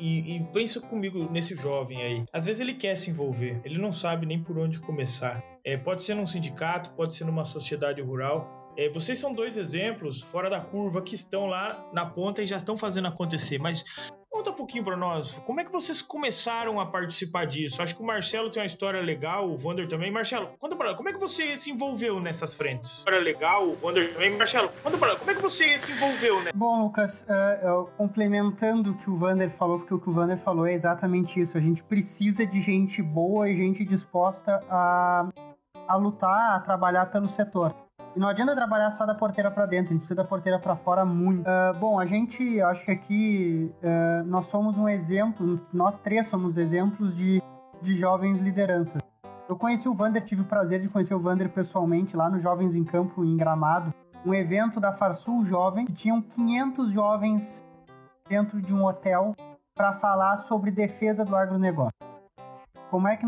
E pensa comigo nesse jovem aí. Às vezes ele quer se envolver, ele não sabe nem por onde começar. Pode ser num sindicato, pode ser numa sociedade rural. Vocês são dois exemplos fora da curva que estão lá na ponta e já estão fazendo acontecer. Mas conta um pouquinho para nós, como é que vocês começaram a participar disso? Acho que o Marcelo tem uma história legal, o Wander também. Marcelo, conta para nós, como é que você se envolveu nessas frentes? História legal, o Wander também. Marcelo, conta para nós, como é que você se envolveu, né? Bom, Lucas, complementando o que o Wander falou, porque o que o Wander falou é exatamente isso. A gente precisa de gente boa e gente disposta a lutar, a trabalhar pelo setor. E não adianta trabalhar só da porteira para dentro, a gente precisa da porteira para fora muito. Bom, a gente, acho que aqui nós somos um exemplo, nós três somos exemplos de jovens lideranças. Eu conheci o Wander, tive o prazer de conhecer o Wander pessoalmente lá no Jovens em Campo, em Gramado, um evento da Farsul Jovem, que tinham 500 jovens dentro de um hotel para falar sobre defesa do agronegócio. Como é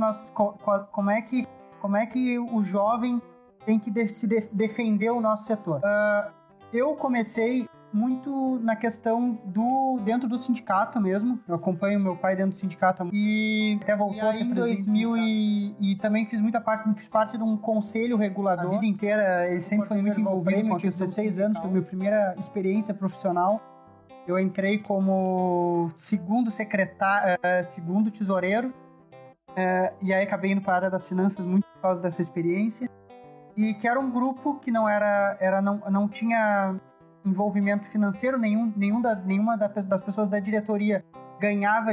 que o jovem tem que defender o nosso setor. Eu comecei muito na questão dentro do sindicato mesmo. Eu acompanho meu pai dentro do sindicato e até voltou a ser presidente em 2000 e também fiz parte de um conselho regulador. A vida inteira ele sempre foi muito envolvido com 16 anos, foi a minha primeira experiência profissional. Eu entrei como segundo tesoureiro e aí acabei indo para a área das finanças muito por causa dessa experiência, e que era um grupo que não tinha envolvimento financeiro, nenhuma das pessoas da diretoria ganhava,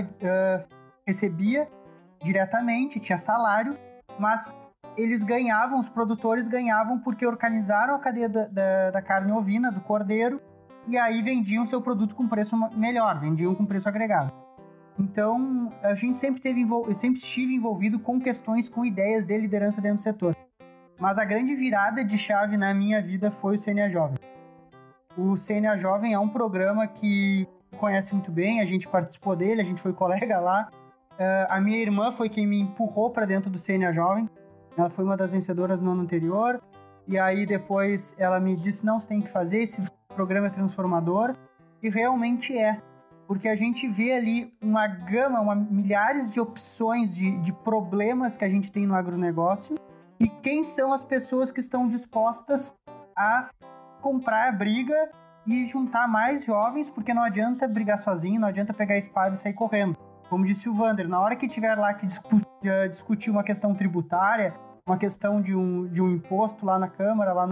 recebia diretamente, tinha salário, mas eles ganhavam, os produtores ganhavam porque organizaram a cadeia da carne ovina, do cordeiro, e aí vendiam seu produto com preço melhor, vendiam com preço agregado. Então, a gente eu sempre estive envolvido com questões, com ideias de liderança dentro do setor. Mas a grande virada de chave na minha vida foi o CNA Jovem. O CNA Jovem é um programa que conhece muito bem, a gente participou dele, a gente foi colega lá. A minha irmã foi quem me empurrou para dentro do CNA Jovem. Ela foi uma das vencedoras no ano anterior. E aí depois ela me disse, não, você tem que fazer, esse programa é transformador. E realmente é. Porque a gente vê ali uma gama, milhares de opções de problemas que a gente tem no agronegócio. E quem são as pessoas que estão dispostas a comprar a briga e juntar mais jovens, porque não adianta brigar sozinho, não adianta pegar a espada e sair correndo. Como disse o Vander, na hora que tiver lá que discutir uma questão tributária, uma questão de um imposto lá na Câmara, lá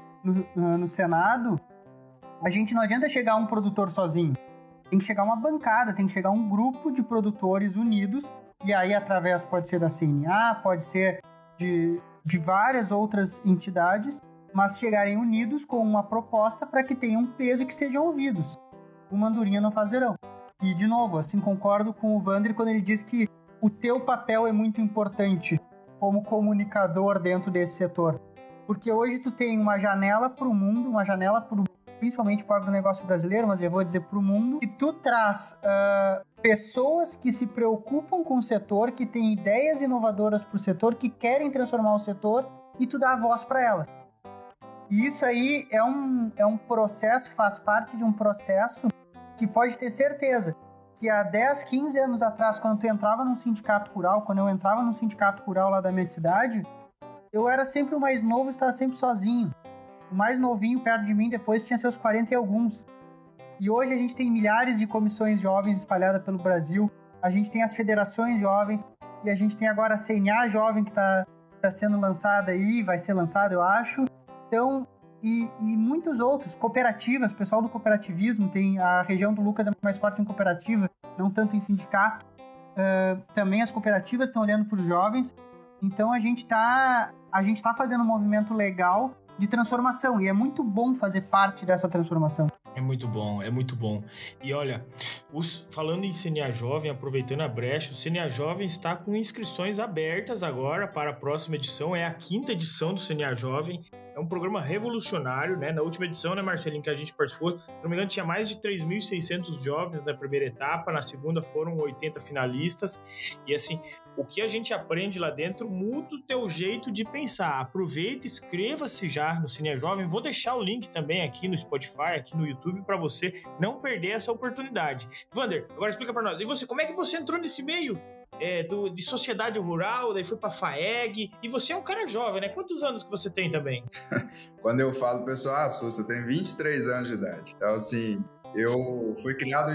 no Senado, a gente não adianta chegar um produtor sozinho. Tem que chegar uma bancada, tem que chegar um grupo de produtores unidos, e aí através pode ser da CNA, pode ser de várias outras entidades, mas chegarem unidos com uma proposta para que tenham um peso e que sejam ouvidos. Uma andorinha não faz verão. E, de novo, assim, concordo com o Vander quando ele diz que o teu papel é muito importante como comunicador dentro desse setor. Porque hoje tu tem uma janela para o mundo, uma janela principalmente para o agronegócio brasileiro, mas eu vou dizer para o mundo, e tu traz pessoas que se preocupam com o setor, que têm ideias inovadoras para o setor, que querem transformar o setor, e tu dá a voz para elas. E isso aí é um processo, faz parte de um processo que pode ter certeza que há 10, 15 anos atrás, quando tu entrava num sindicato rural, quando eu entrava num sindicato rural lá da minha cidade, eu era sempre o mais novo e estava sempre sozinho. O mais novinho perto de mim depois tinha seus 40 e alguns. E hoje a gente tem milhares de comissões jovens espalhadas pelo Brasil, a gente tem as federações jovens, e a gente tem agora a CNA Jovem que está sendo lançada aí, vai ser lançada, eu acho. Então, e muitos outros, cooperativas, o pessoal do cooperativismo, tem a região do Lucas é mais forte em cooperativa, não tanto em sindicato. Também as cooperativas estão olhando para os jovens. Então a gente tá fazendo um movimento legal de transformação, e é muito bom fazer parte dessa transformação. É muito bom, é muito bom. E olha, falando em CNA Jovem, aproveitando a brecha, o CNA Jovem está com inscrições abertas agora para a próxima edição, é a 5ª edição do CNA Jovem. É um programa revolucionário, né? Na última edição, né, Marcelinho, que a gente participou, se não me engano, tinha mais de 3.600 jovens na primeira etapa, na segunda foram 80 finalistas, e assim, o que a gente aprende lá dentro muda o teu jeito de pensar. Aproveita, inscreva-se já no CNA Jovem, vou deixar o link também aqui no Spotify, aqui no YouTube, para você não perder essa oportunidade. Vander, agora explica para nós, e você, como é que você entrou nesse meio? De sociedade rural, daí foi pra FAEG, e você é um cara jovem, né? Quantos anos que você tem também? Quando eu falo, o pessoal assusta, eu tenho 23 anos de idade. Então, assim, eu fui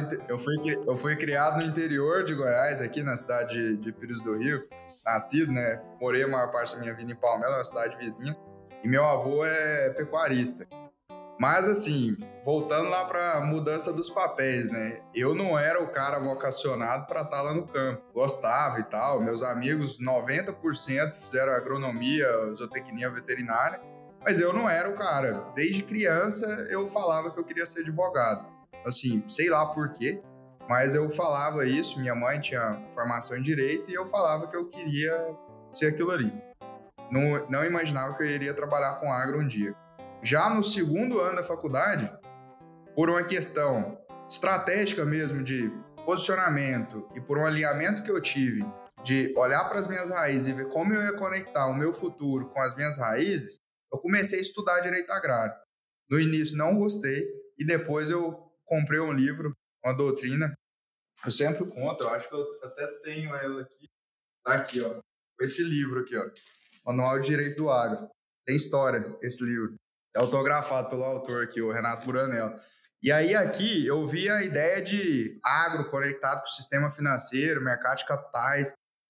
criado no interior de Goiás, aqui na cidade de Pires do Rio, nascido, né? Morei a maior parte da minha vida em Palmela, uma cidade vizinha, e meu avô é pecuarista. Mas, assim, voltando lá para a mudança dos papéis, né? Eu não era o cara vocacionado para estar lá no campo. Gostava e tal. Meus amigos, 90% fizeram agronomia, zootecnia veterinária. Mas eu não era o cara. Desde criança, eu falava que eu queria ser advogado. Assim, sei lá por quê, mas eu falava isso. Minha mãe tinha formação em Direito e eu falava que eu queria ser aquilo ali. Não imaginava que eu iria trabalhar com agro um dia. Já no segundo ano da faculdade, por uma questão estratégica mesmo de posicionamento e por um alinhamento que eu tive de olhar para as minhas raízes e ver como eu ia conectar o meu futuro com as minhas raízes, eu comecei a estudar direito agrário. No início não gostei e depois eu comprei um livro, uma doutrina. Eu sempre conto, eu acho que eu até tenho ela aqui. Tá aqui, ó. Esse livro aqui, ó. Manual de Direito do Agro. Tem história esse livro. É autografado pelo autor aqui, o Renato Buranello. E aí aqui eu vi a ideia de agro conectado com o sistema financeiro, mercado de capitais.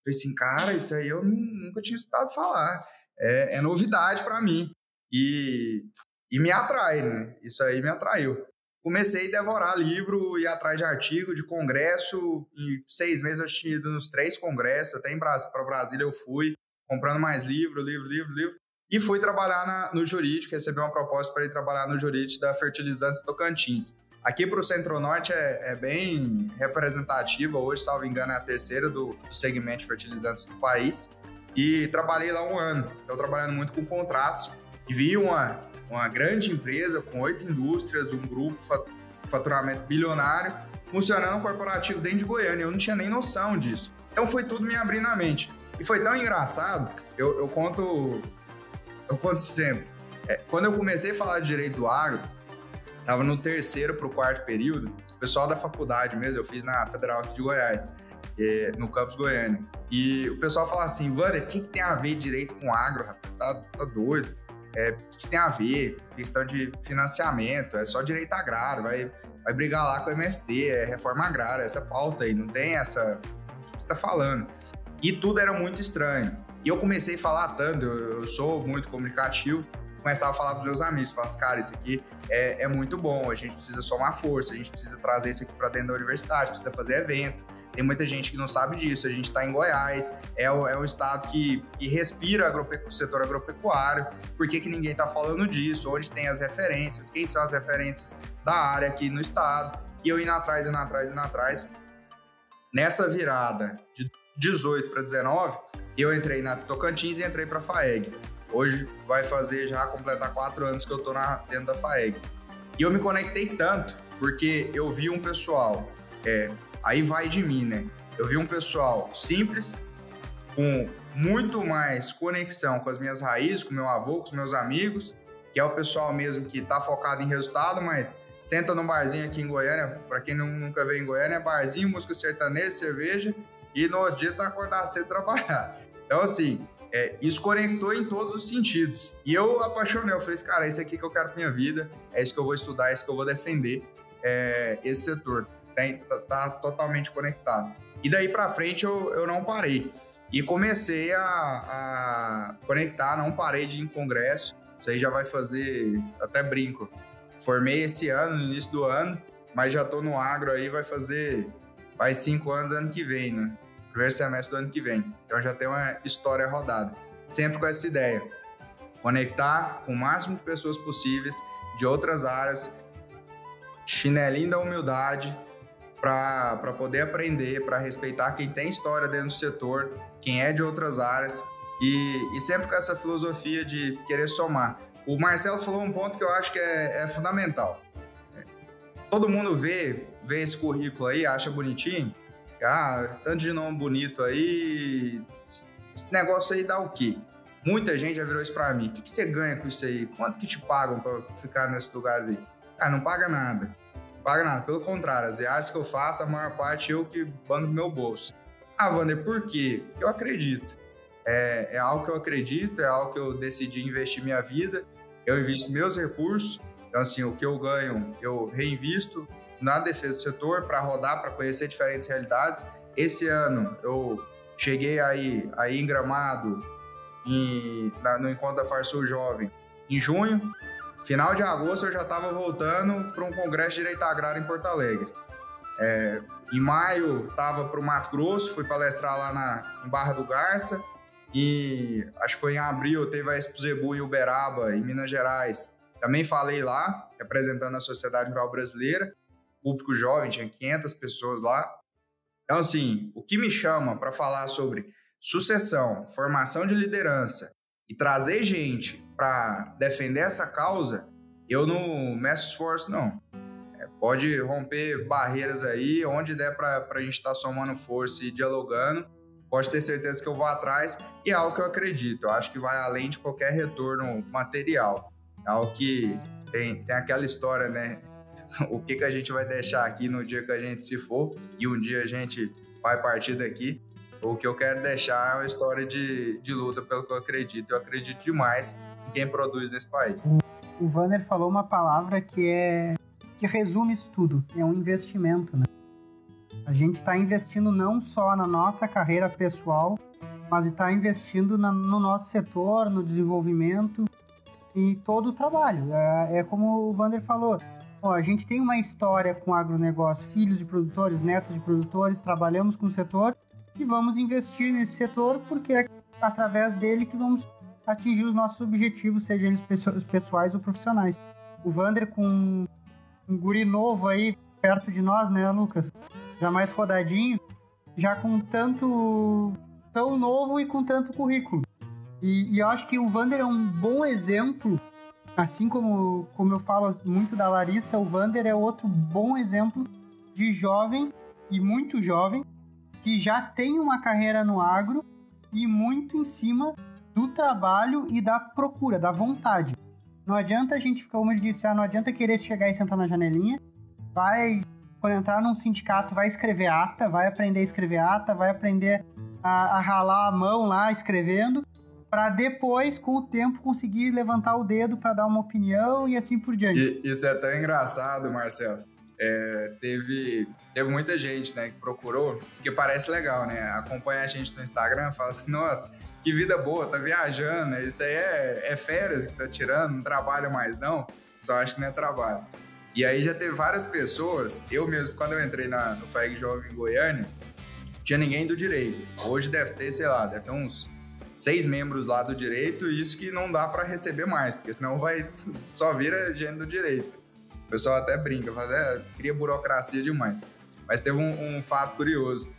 Falei assim, cara, isso aí eu nunca tinha escutado falar. É novidade para mim. E me atrai, né? Isso aí me atraiu. Comecei a devorar livro, ir atrás de artigo, de congresso. Em 6 meses eu tinha ido nos 3 congressos, até para Brasília eu fui, comprando mais livro. E fui trabalhar no jurídico, recebi uma proposta para ir trabalhar no jurídico da Fertilizantes Tocantins. Aqui para o Centro-Norte é bem representativa, hoje, salvo engano, é a 3ª do segmento de fertilizantes do país. E trabalhei lá 1 ano, estou trabalhando muito com contratos. E vi uma grande empresa com 8 indústrias, um grupo, faturamento bilionário, funcionando corporativo dentro de Goiânia. Eu não tinha nem noção disso. Então foi tudo me abrindo a mente. E foi tão engraçado, eu conto sempre. Quando eu comecei a falar de direito do agro, estava no 3º para o 4º período, o pessoal da faculdade mesmo, eu fiz na Federal aqui de Goiás, no campus Goiânia. E o pessoal fala assim, Wander, o que tem a ver direito com agro, rapaz? Tá doido. O que tem a ver? Questão de financiamento, é só direito agrário, vai brigar lá com o MST, é reforma agrária, essa pauta aí, não tem essa... O que você tá falando? E tudo era muito estranho. E eu comecei a falar tanto, eu sou muito comunicativo, começava a falar para os meus amigos, falava assim, cara, isso aqui é muito bom, a gente precisa somar força, a gente precisa trazer isso aqui para dentro da universidade, precisa fazer evento. Tem muita gente que não sabe disso, a gente está em Goiás, é um estado que respira o setor agropecuário, por que ninguém está falando disso, onde tem as referências, quem são as referências da área aqui no estado, e eu indo atrás. Nessa virada de 18 para 19, eu entrei na Tocantins e entrei para a FAEG. Hoje vai completar 4 anos que eu estou dentro da FAEG. E eu me conectei tanto, porque eu vi um pessoal, aí vai de mim, né? Eu vi um pessoal simples, com muito mais conexão com as minhas raízes, com meu avô, com os meus amigos, que é o pessoal mesmo que está focado em resultado, mas senta num barzinho aqui em Goiânia, para quem nunca veio em Goiânia, é barzinho, música sertaneja, cerveja, e no outro dia tá acordar cedo trabalhar. Então, assim, isso conectou em todos os sentidos. E eu apaixonei, eu falei assim, cara, é isso aqui que eu quero pra minha vida, é isso que eu vou estudar, é isso que eu vou defender, esse setor. Tá totalmente conectado. E daí pra frente eu não parei. E comecei a conectar, não parei de ir em congresso. Isso aí já vai fazer, até brinco. Formei esse ano, no início do ano, mas já tô no agro aí, vai 5 anos ano que vem, né? Primeiro semestre do ano que vem. Então já tem uma história rodada. Sempre com essa ideia. Conectar com o máximo de pessoas possíveis, de outras áreas, chinelinho da humildade, para poder aprender, para respeitar quem tem história dentro do setor, quem é de outras áreas, e sempre com essa filosofia de querer somar. O Marcelo falou um ponto que eu acho que é fundamental. Todo mundo vê esse currículo aí, acha bonitinho, tanto de nome bonito aí, esse negócio aí dá o quê? Muita gente já virou isso pra mim. O que você ganha com isso aí? Quanto que te pagam pra ficar nesses lugares aí? Não paga nada. Não paga nada. Pelo contrário, as viagens que eu faço, a maior parte eu que banco no meu bolso. Wander, por quê? Eu acredito. É algo que eu acredito, é algo que eu decidi investir minha vida. Eu invisto meus recursos. Então, assim, o que eu ganho, eu reinvisto na defesa do setor para rodar, para conhecer diferentes realidades. Esse ano, eu cheguei aí em Gramado, no Encontro da Farsul Jovem, em junho. Final de agosto, eu já estava voltando para um congresso de direito agrário em Porto Alegre. Em maio, estava para o Mato Grosso, fui palestrar lá em Barra do Garça. E acho que foi em abril, teve a Expo Zebu em Uberaba, em Minas Gerais. Também falei lá, representando a Sociedade Rural Brasileira. Público jovem, tinha 500 pessoas lá. Então, assim, o que me chama para falar sobre sucessão, formação de liderança e trazer gente para defender essa causa, eu não meço esforço, não. Pode romper barreiras aí, onde der para a gente estar somando força e dialogando, pode ter certeza que eu vou atrás, e é algo que eu acredito. Eu acho que vai além de qualquer retorno material. É algo que tem aquela história, né? O que a gente vai deixar aqui no dia que a gente se for, e um dia a gente vai partir daqui. O que eu quero deixar é uma história de luta pelo que eu acredito. Eu acredito demais em quem produz nesse país. O Wander falou uma palavra que resume isso tudo. É um investimento, né? A gente está investindo não só na nossa carreira pessoal, mas está investindo no nosso setor, no desenvolvimento e todo o trabalho. É como o Wander falou, a gente tem uma história com agronegócio, filhos de produtores, netos de produtores, trabalhamos com o setor e vamos investir nesse setor porque é através dele que vamos atingir os nossos objetivos, sejam eles pessoais ou profissionais. O Wander com um guri novo aí perto de nós, né, Lucas? Já mais rodadinho, já com tão novo e com tanto currículo. E eu acho que o Wander é um bom exemplo, assim como eu falo muito da Larissa, o Wander é outro bom exemplo de jovem e muito jovem que já tem uma carreira no agro e muito em cima do trabalho e da procura, da vontade. Não adianta a gente ficar, como ele disse, não adianta querer chegar e sentar na janelinha, quando entrar num sindicato, vai escrever ata, vai aprender a escrever ata, vai aprender a ralar a mão lá escrevendo, para depois, com o tempo, conseguir levantar o dedo para dar uma opinião e assim por diante. Isso é tão engraçado, Marcelo. Teve muita gente, né, que procurou, porque parece legal, né? Acompanha a gente no Instagram e fala assim, nossa, que vida boa, tá viajando, isso aí é férias que tá tirando, não trabalha mais não, só acho que não é trabalho. E aí já teve várias pessoas, eu mesmo, quando eu entrei no FAEG Jovem em Goiânia, não tinha ninguém do direito. Hoje deve ter, deve ter uns 6 membros lá do direito, e isso que não dá para receber mais, porque senão só vira gente do direito. O pessoal até brinca, fala, cria burocracia demais. Mas teve um fato curioso.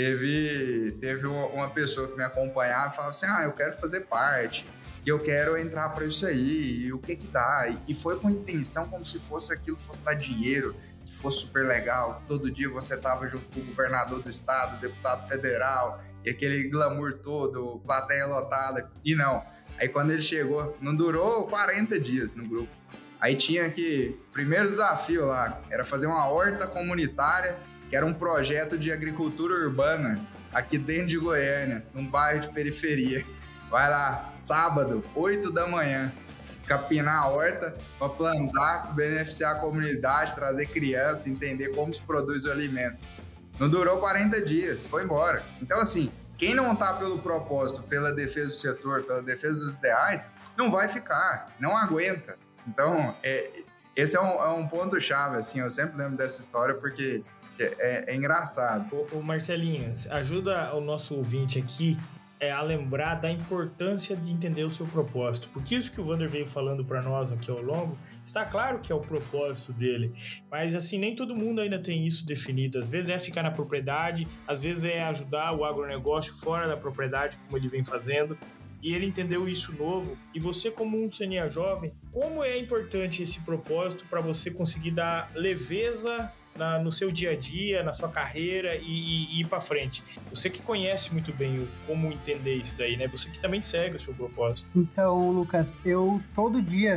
Teve uma pessoa que me acompanhava e falava assim, eu quero fazer parte, que eu quero entrar para isso aí, e o que dá? E foi com intenção como se aquilo fosse dar dinheiro, que fosse super legal, que todo dia você tava junto com o governador do estado, deputado federal, e aquele glamour todo, plateia lotada, e não. Aí quando ele chegou, não durou 40 dias no grupo. Aí tinha que, primeiro desafio lá, era fazer uma horta comunitária, que era um projeto de agricultura urbana, aqui dentro de Goiânia, num bairro de periferia. Vai lá, sábado, 8 da manhã, capinar a horta para plantar, beneficiar a comunidade, trazer criança, entender como se produz o alimento. Não durou 40 dias, foi embora. Então, assim, quem não tá pelo propósito, pela defesa do setor, pela defesa dos ideais, não vai ficar, não aguenta. Então, esse é um ponto-chave, assim, eu sempre lembro dessa história porque é engraçado. Ô Marcelinho, ajuda o nosso ouvinte aqui a lembrar da importância de entender o seu propósito, porque isso que o Wander veio falando para nós aqui ao longo, está claro que é o propósito dele, mas assim, nem todo mundo ainda tem isso definido. Às vezes é ficar na propriedade, às vezes é ajudar o agronegócio fora da propriedade, como ele vem fazendo, e ele entendeu isso novo. E você, como um CNA jovem, como é importante esse propósito para você conseguir dar leveza no seu dia a dia, na sua carreira e ir para frente? Você que conhece muito bem como entender isso daí, né? Você que também segue o seu propósito. Então, Lucas, eu todo dia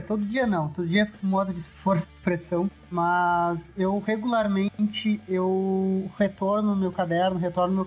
é modo de força de expressão, mas eu regularmente retorno meu caderno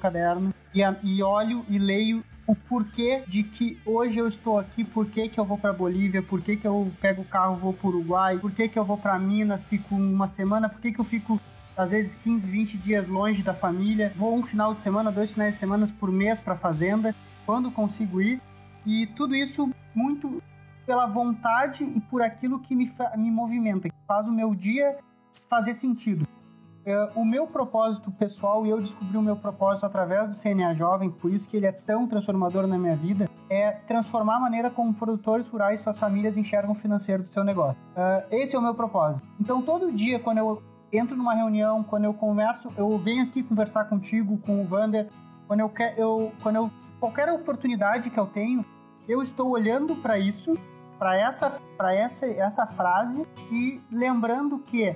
e olho e leio o porquê de que hoje eu estou aqui, porquê que eu vou para Bolívia, porquê que eu pego o carro e vou para o Uruguai, porquê que eu vou para Minas, fico uma semana, porquê que eu fico às vezes 15, 20 dias longe da família, vou um final de semana, 2 finais de semana por mês para a fazenda, quando consigo ir, e tudo isso muito pela vontade e por aquilo que me movimenta, que faz o meu dia fazer sentido. O meu propósito pessoal, e eu descobri o meu propósito através do CNA Jovem, por isso que ele é tão transformador na minha vida, é transformar a maneira como produtores rurais e suas famílias enxergam o financeiro do seu negócio. Esse é o meu propósito. Então, todo dia, quando eu entro numa reunião, quando eu converso, eu venho aqui conversar contigo, com o Wander, qualquer oportunidade que eu tenho, eu estou olhando para isso, para essa frase e lembrando que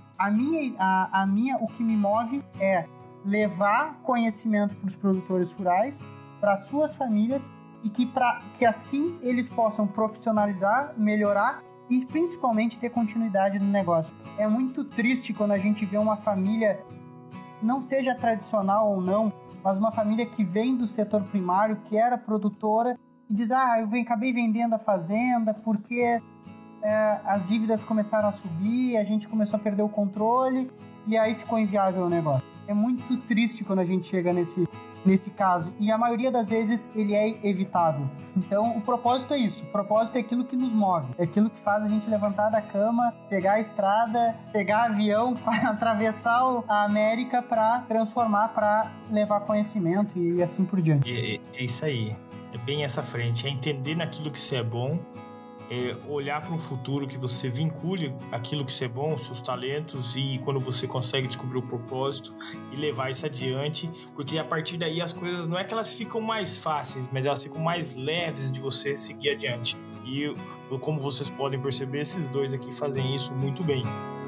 o que me move é levar conhecimento para os produtores rurais, para suas famílias e que assim eles possam profissionalizar, melhorar e principalmente ter continuidade no negócio. É muito triste quando a gente vê uma família, não seja tradicional ou não, mas uma família que vem do setor primário, que era produtora, e diz, eu acabei vendendo a fazenda porque as dívidas começaram a subir, a gente começou a perder o controle e aí ficou inviável o negócio. É muito triste quando a gente chega nesse caso. E a maioria das vezes ele é evitável. Então, o propósito é isso. O propósito é aquilo que nos move. É aquilo que faz a gente levantar da cama, pegar a estrada, pegar avião, atravessar a América para transformar, para levar conhecimento e assim por diante. É isso aí. É bem essa frente. É entender naquilo que você é bom, olhar para um futuro que você vincule aquilo que você é bom, os seus talentos, e quando você consegue descobrir o propósito e levar isso adiante, porque a partir daí as coisas não é que elas ficam mais fáceis, mas elas ficam mais leves de você seguir adiante. E como vocês podem perceber, esses dois aqui fazem isso muito bem.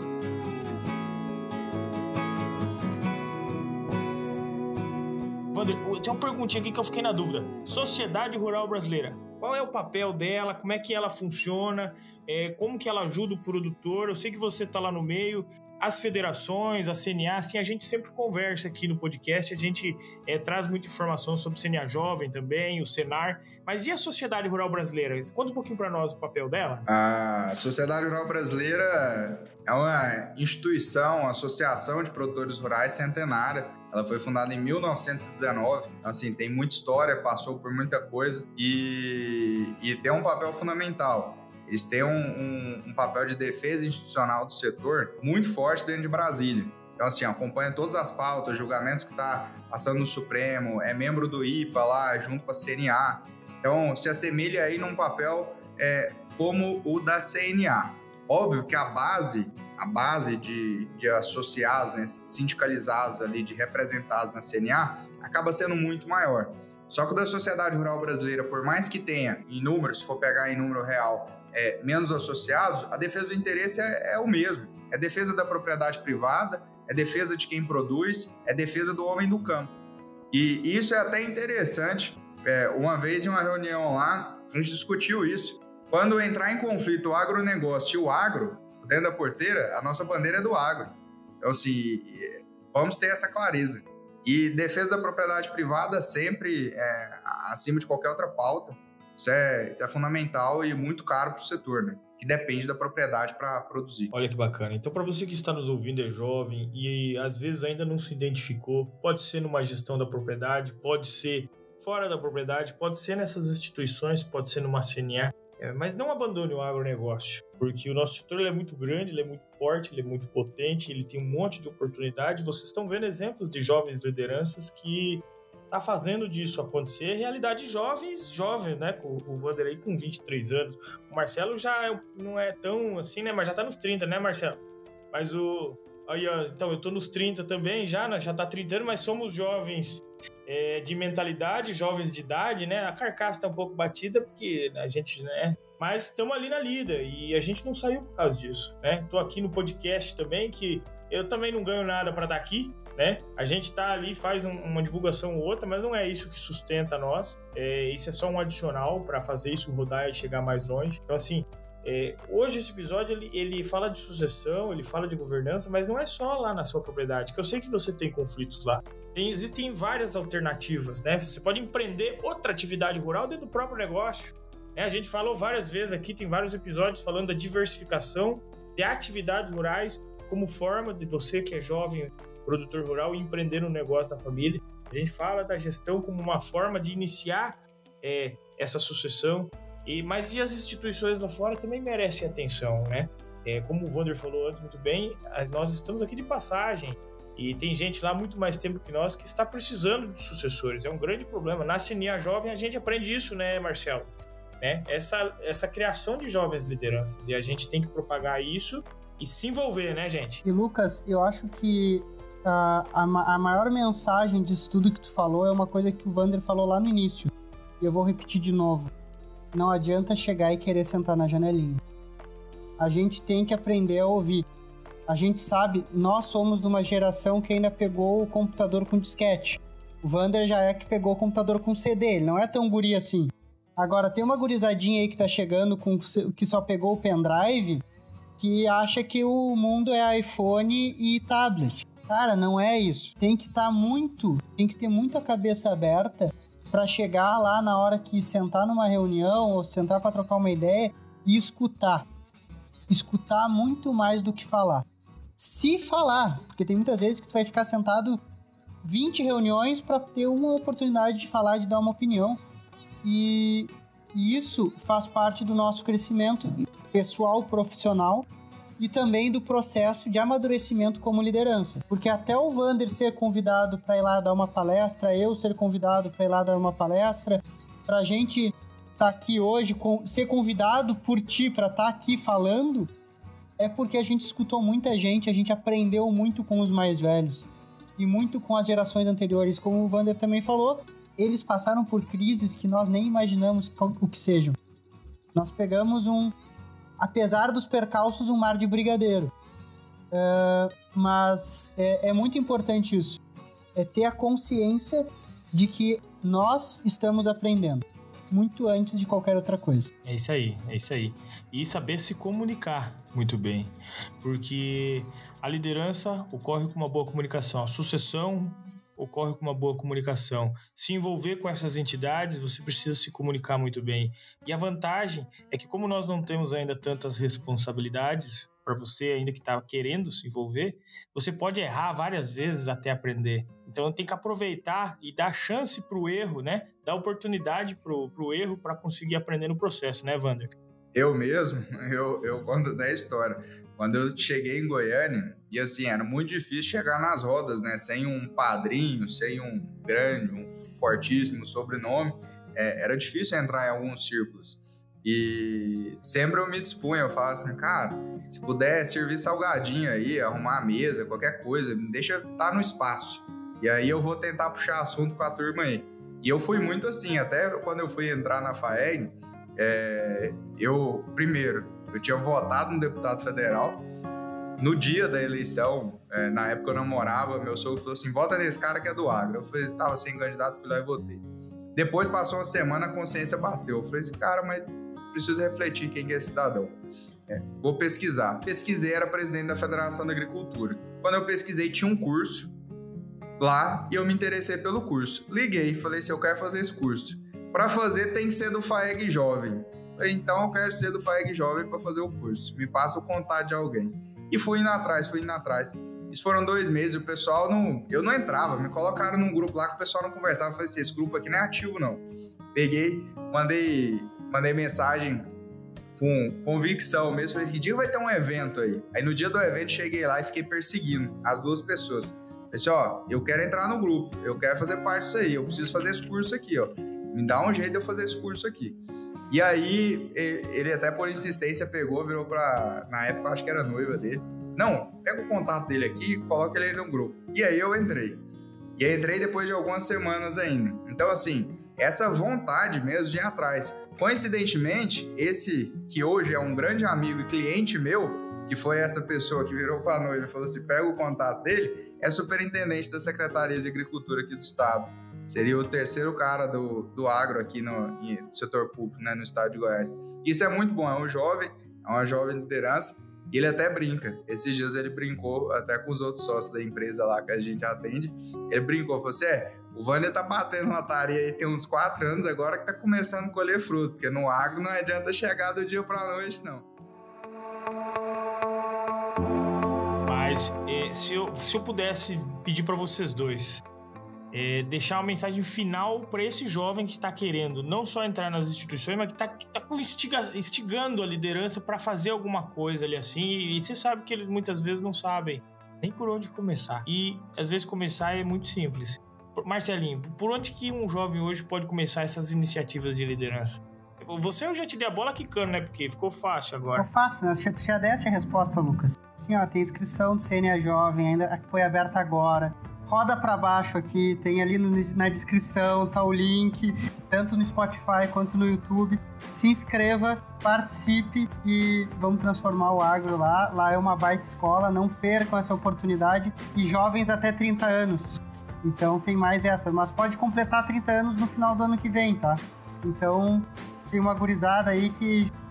Wander, tem uma perguntinha aqui que eu fiquei na dúvida. Sociedade Rural Brasileira, qual é o papel dela? Como é que ela funciona? Como que ela ajuda o produtor? Eu sei que você está lá no meio. As federações, a CNA, assim, a gente sempre conversa aqui no podcast, a gente traz muita informação sobre o CNA Jovem também, o Senar, mas e a Sociedade Rural Brasileira? Conta um pouquinho para nós o papel dela. A Sociedade Rural Brasileira é uma instituição, uma associação de produtores rurais centenária. Ela foi fundada em 1919, então, assim, tem muita história, passou por muita coisa e tem um papel fundamental. Eles têm um papel de defesa institucional do setor muito forte dentro de Brasília. Então, assim, acompanha todas as pautas, julgamentos que está passando no Supremo, é membro do IPA lá, junto com a CNA. Então, se assemelha aí num papel como o da CNA. Óbvio que a base de associados, né, sindicalizados ali, de representados na CNA, acaba sendo muito maior. Só que o da Sociedade Rural Brasileira, por mais que tenha em números, se for pegar em número real, menos associados, a defesa do interesse é o mesmo. É defesa da propriedade privada, é defesa de quem produz, é defesa do homem do campo. E isso é até interessante. Uma vez em uma reunião lá, a gente discutiu isso. Quando entrar em conflito o agronegócio e o agro, dentro da porteira, a nossa bandeira é do agro. Então, assim, vamos ter essa clareza. E defesa da propriedade privada sempre acima de qualquer outra pauta. Isso é fundamental e muito caro para o setor, né? Que depende da propriedade para produzir. Olha que bacana. Então, para você que está nos ouvindo, é jovem e às vezes ainda não se identificou, pode ser numa gestão da propriedade, pode ser fora da propriedade, pode ser nessas instituições, pode ser numa CNA, mas não abandone o agronegócio, porque o nosso setor ele é muito grande, ele é muito forte, ele é muito potente, ele tem um monte de oportunidade. Vocês estão vendo exemplos de jovens lideranças que tá fazendo disso acontecer, realidade jovem, né? O Wander aí com 23 anos. O Marcelo já não é tão assim, né? Mas já tá nos 30, né, Marcelo? Mas então, eu tô nos 30 também, já tá 30 anos, mas somos jovens de mentalidade, jovens de idade, né? A carcaça tá um pouco batida, porque a gente, né? Mas estamos ali na lida e a gente não saiu por causa disso, né? Tô aqui no podcast também, que eu também não ganho nada para estar aqui, né? A gente tá ali, faz uma divulgação ou outra, mas não é isso que sustenta nós. Isso é só um adicional para fazer isso rodar e chegar mais longe. Então, assim, hoje esse episódio ele fala de sucessão, ele fala de governança, mas não é só lá na sua propriedade, que eu sei que você tem conflitos lá. Existem várias alternativas, né? Você pode empreender outra atividade rural dentro do próprio negócio. A gente falou várias vezes aqui, tem vários episódios falando da diversificação de atividades rurais como forma de você que é jovem, produtor rural, empreender no negócio da família. A gente fala da gestão como uma forma de iniciar essa sucessão, mas as instituições lá fora também merecem atenção, né? Como o Wander falou antes muito bem, nós estamos aqui de passagem e tem gente lá muito mais tempo que nós que está precisando de sucessores. É um grande problema. Na CNA Jovem a gente aprende isso, né, Marcelo? Essa criação de jovens lideranças, e a gente tem que propagar isso e se envolver, né, gente? E Lucas, eu acho que a maior mensagem disso tudo que tu falou é uma coisa que o Wander falou lá no início, e eu vou repetir de novo. Não adianta chegar e querer sentar na janelinha. A gente tem que aprender a ouvir. A gente sabe, nós somos de uma geração que ainda pegou o computador com disquete. O Wander já que pegou o computador com CD, ele não é tão guri assim. Agora, tem uma gurizadinha aí que tá chegando que só pegou o pendrive, que acha que o mundo é iPhone e tablet. Cara, não é isso. Tem que ter muita cabeça aberta para chegar lá na hora que sentar numa reunião ou sentar para trocar uma ideia e escutar. Escutar muito mais do que falar. se falar, porque tem muitas vezes que tu vai ficar sentado 20 reuniões para ter uma oportunidade de falar, de dar uma opinião. E isso faz parte do nosso crescimento pessoal, profissional e também do processo de amadurecimento como liderança. Porque até o Vander ser convidado para ir lá dar uma palestra, eu ser convidado para ir lá dar uma palestra, para a gente estar aqui hoje, ser convidado por ti para estar aqui falando, é porque a gente escutou muita gente, a gente aprendeu muito com os mais velhos e muito com as gerações anteriores. Como o Vander também falou, eles passaram por crises que nós nem imaginamos o que sejam. Nós pegamos apesar dos percalços, um mar de brigadeiro. Mas é muito importante isso. É ter a consciência de que nós estamos aprendendo. Muito antes de qualquer outra coisa. É isso aí. E saber se comunicar muito bem. Porque a liderança ocorre com uma boa comunicação. A sucessão ocorre com uma boa comunicação. Se envolver com essas entidades, você precisa se comunicar muito bem. E a vantagem é que, como nós não temos ainda tantas responsabilidades, para você ainda que está querendo se envolver, você pode errar várias vezes até aprender. Então tem que aproveitar e dar chance para o erro, né? Dar oportunidade para o erro para conseguir aprender no processo, né, Vander? Eu mesmo, eu conto da história. Quando eu cheguei em Goiânia, e assim, era muito difícil chegar nas rodas, né? Sem um padrinho, sem um grande, um fortíssimo sobrenome, era difícil entrar em alguns círculos. E sempre eu me dispunha, eu falava assim, cara, se puder servir salgadinho aí, arrumar a mesa, qualquer coisa, me deixa estar no espaço. E aí eu vou tentar puxar assunto com a turma aí. E eu fui muito assim, até quando eu fui entrar na FAEG, eu tinha votado no deputado federal. No dia da eleição, na época eu namorava, meu sogro falou assim, vota nesse cara que é do agro. Eu falei, tava sem candidato, fui lá e votei. Depois passou uma semana, a consciência bateu. Eu falei assim, cara, mas preciso refletir quem que é cidadão. Vou pesquisar. Pesquisei, era presidente da Federação da Agricultura. Quando eu pesquisei, tinha um curso lá e eu me interessei pelo curso. Liguei, falei assim, eu quero fazer esse curso. Para fazer tem que ser do FAEG Jovem. Então eu quero ser do FAEG Jovem para fazer o curso. Me passa o contato de alguém. E fui indo atrás. Isso foram 2 meses, o pessoal eu não entrava, me colocaram num grupo lá que o pessoal não conversava. Eu falei assim, esse grupo aqui não é ativo não. Peguei, mandei mensagem com convicção mesmo, falei, que dia vai ter um evento aí? Aí no dia do evento cheguei lá e fiquei perseguindo as 2 pessoas. Falei assim, eu quero entrar no grupo, eu quero fazer parte disso aí, eu preciso fazer esse curso aqui, me dá um jeito de eu fazer esse curso aqui. E aí, ele até por insistência pegou, virou na época eu acho que era noiva dele, não, pega o contato dele aqui, coloca ele aí no grupo. E aí eu entrei. E aí entrei depois de algumas semanas ainda. Então assim, essa vontade mesmo de ir atrás. Coincidentemente, esse que hoje é um grande amigo e cliente meu, que foi essa pessoa que virou para a noiva e falou assim, pega o contato dele, é superintendente da Secretaria de Agricultura aqui do estado. Seria o 3º cara do agro aqui no setor público, né, no estado de Goiás. Isso é muito bom, é uma jovem liderança, e ele até brinca. Esses dias ele brincou até com os outros sócios da empresa lá que a gente atende. Ele brincou, falou assim, o Vander tá batendo na tarefa aí tem uns 4 anos agora que tá começando a colher fruto, porque no agro não adianta chegar do dia pra noite, não. Mas se eu pudesse pedir para vocês dois, deixar uma mensagem final para esse jovem que está querendo não só entrar nas instituições, mas que está instigando a liderança para fazer alguma coisa ali assim, e você sabe que eles muitas vezes não sabem nem por onde começar. E às vezes começar é muito simples. Marcelinho, por onde que um jovem hoje pode começar essas iniciativas de liderança? Eu já te dei a bola quicando, né? Porque ficou fácil agora. Ficou fácil, né? Você já desse a resposta, Lucas. Assim, tem inscrição do CNA Jovem, ainda foi aberta agora. Roda pra baixo aqui, tem ali na descrição, tá o link, tanto no Spotify quanto no YouTube. Se inscreva, participe e vamos transformar o agro lá. Lá é uma baita escola, não percam essa oportunidade. E jovens até 30 anos. Então tem mais essa, mas pode completar 30 anos no final do ano que vem, tá? Então tem uma gurizada aí que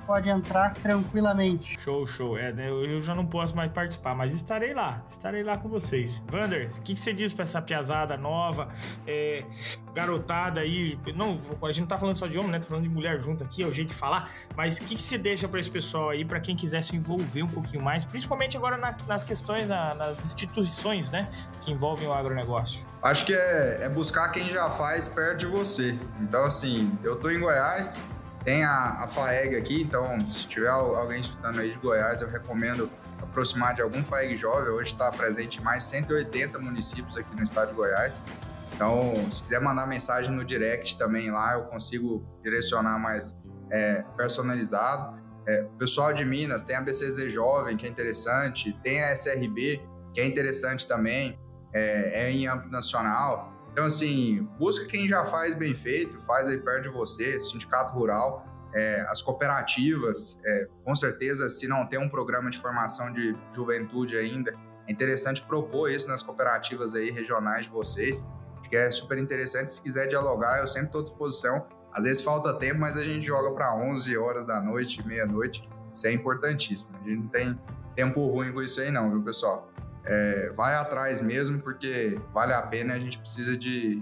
pode entrar tranquilamente. Show. Eu já não posso mais participar, mas estarei lá com vocês. Vander, o que você diz pra essa piazada nova, garotada aí? Não, a gente não tá falando só de homem, né? Tá falando de mulher junto aqui, é o jeito de falar. Mas o que você deixa pra esse pessoal aí, pra quem quiser se envolver um pouquinho mais, principalmente agora nas questões, nas instituições, né? Que envolvem o agronegócio? Acho que é buscar quem já faz perto de você. Então, assim, eu tô em Goiás, tem a FAEG aqui, então se tiver alguém escutando aí de Goiás, eu recomendo aproximar de algum FAEG jovem. Hoje está presente em mais de 180 municípios aqui no estado de Goiás. Então, se quiser mandar mensagem no direct também lá, eu consigo direcionar mais personalizado. Pessoal de Minas, tem a BCZ Jovem, que é interessante, tem a SRB, que é interessante também, em âmbito nacional. Então, assim, busca quem já faz bem feito, faz aí perto de você, sindicato rural, as cooperativas, com certeza, se não tem um programa de formação de juventude ainda, é interessante propor isso nas cooperativas aí regionais de vocês, acho que é super interessante. Se quiser dialogar, eu sempre estou à disposição. Às vezes falta tempo, mas a gente joga para 11 horas da noite, meia-noite, isso é importantíssimo. A gente não tem tempo ruim com isso aí não, viu, pessoal? Vai atrás mesmo, porque vale a pena. A gente precisa de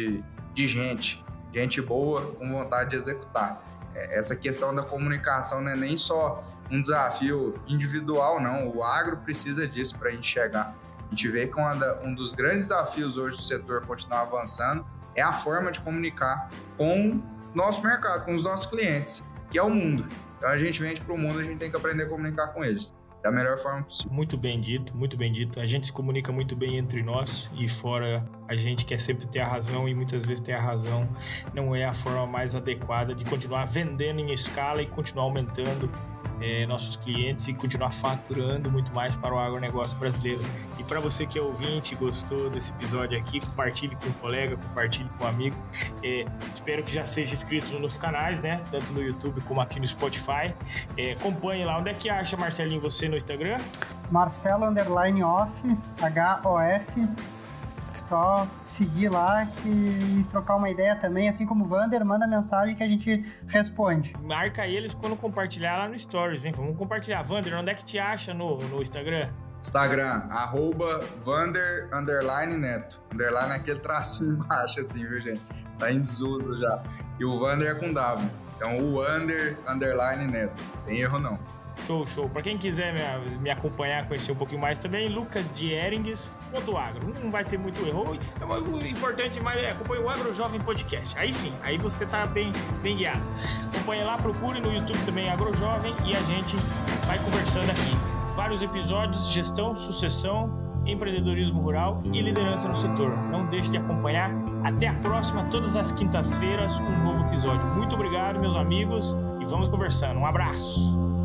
gente boa com vontade de executar. Essa questão da comunicação não é nem só um desafio individual, não. O agro precisa disso para a gente chegar. A gente vê que um dos grandes desafios hoje do setor continuar avançando é a forma de comunicar com o nosso mercado, com os nossos clientes, que é o mundo. Então a gente vende para o mundo, a gente tem que aprender a comunicar com eles da melhor forma possível. Muito bem dito, muito bem dito. A gente se comunica muito bem entre nós e fora a gente quer sempre ter a razão, e muitas vezes ter a razão não é a forma mais adequada de continuar vendendo em escala e continuar aumentando nossos clientes e continuar faturando muito mais para o agronegócio brasileiro. E para você que é ouvinte e gostou desse episódio aqui, compartilhe com um colega, compartilhe com um amigo. Espero que já seja inscrito nos canais, né? Tanto no YouTube como aqui no Spotify. Acompanhe lá. Onde é que acha, Marcelinho, você no Instagram? Marcelo_off, HOF. Só seguir lá e trocar uma ideia também, assim como o Vander, manda mensagem que a gente responde. Marca eles quando compartilhar lá no Stories, hein? Vamos compartilhar. Vander, onde é que te acha no Instagram? Instagram, @Vander_Neto. Underline é aquele tracinho embaixo, assim, viu, gente? Tá em desuso já. E o Vander é com W. Então, o _Neto. Tem erro, não. Show. Pra quem quiser me acompanhar, conhecer um pouquinho mais também, Lucas de Eringues.agro. Não vai ter muito erro. O importante mais acompanhe o Agro Jovem Podcast. Aí sim, aí você tá bem guiado. Acompanhe lá, procure no YouTube também Agro Jovem e a gente vai conversando aqui. Vários episódios de gestão, sucessão, empreendedorismo rural e liderança no setor. Não deixe de acompanhar. Até a próxima, todas as quintas-feiras, um novo episódio. Muito obrigado, meus amigos, e vamos conversando. Um abraço!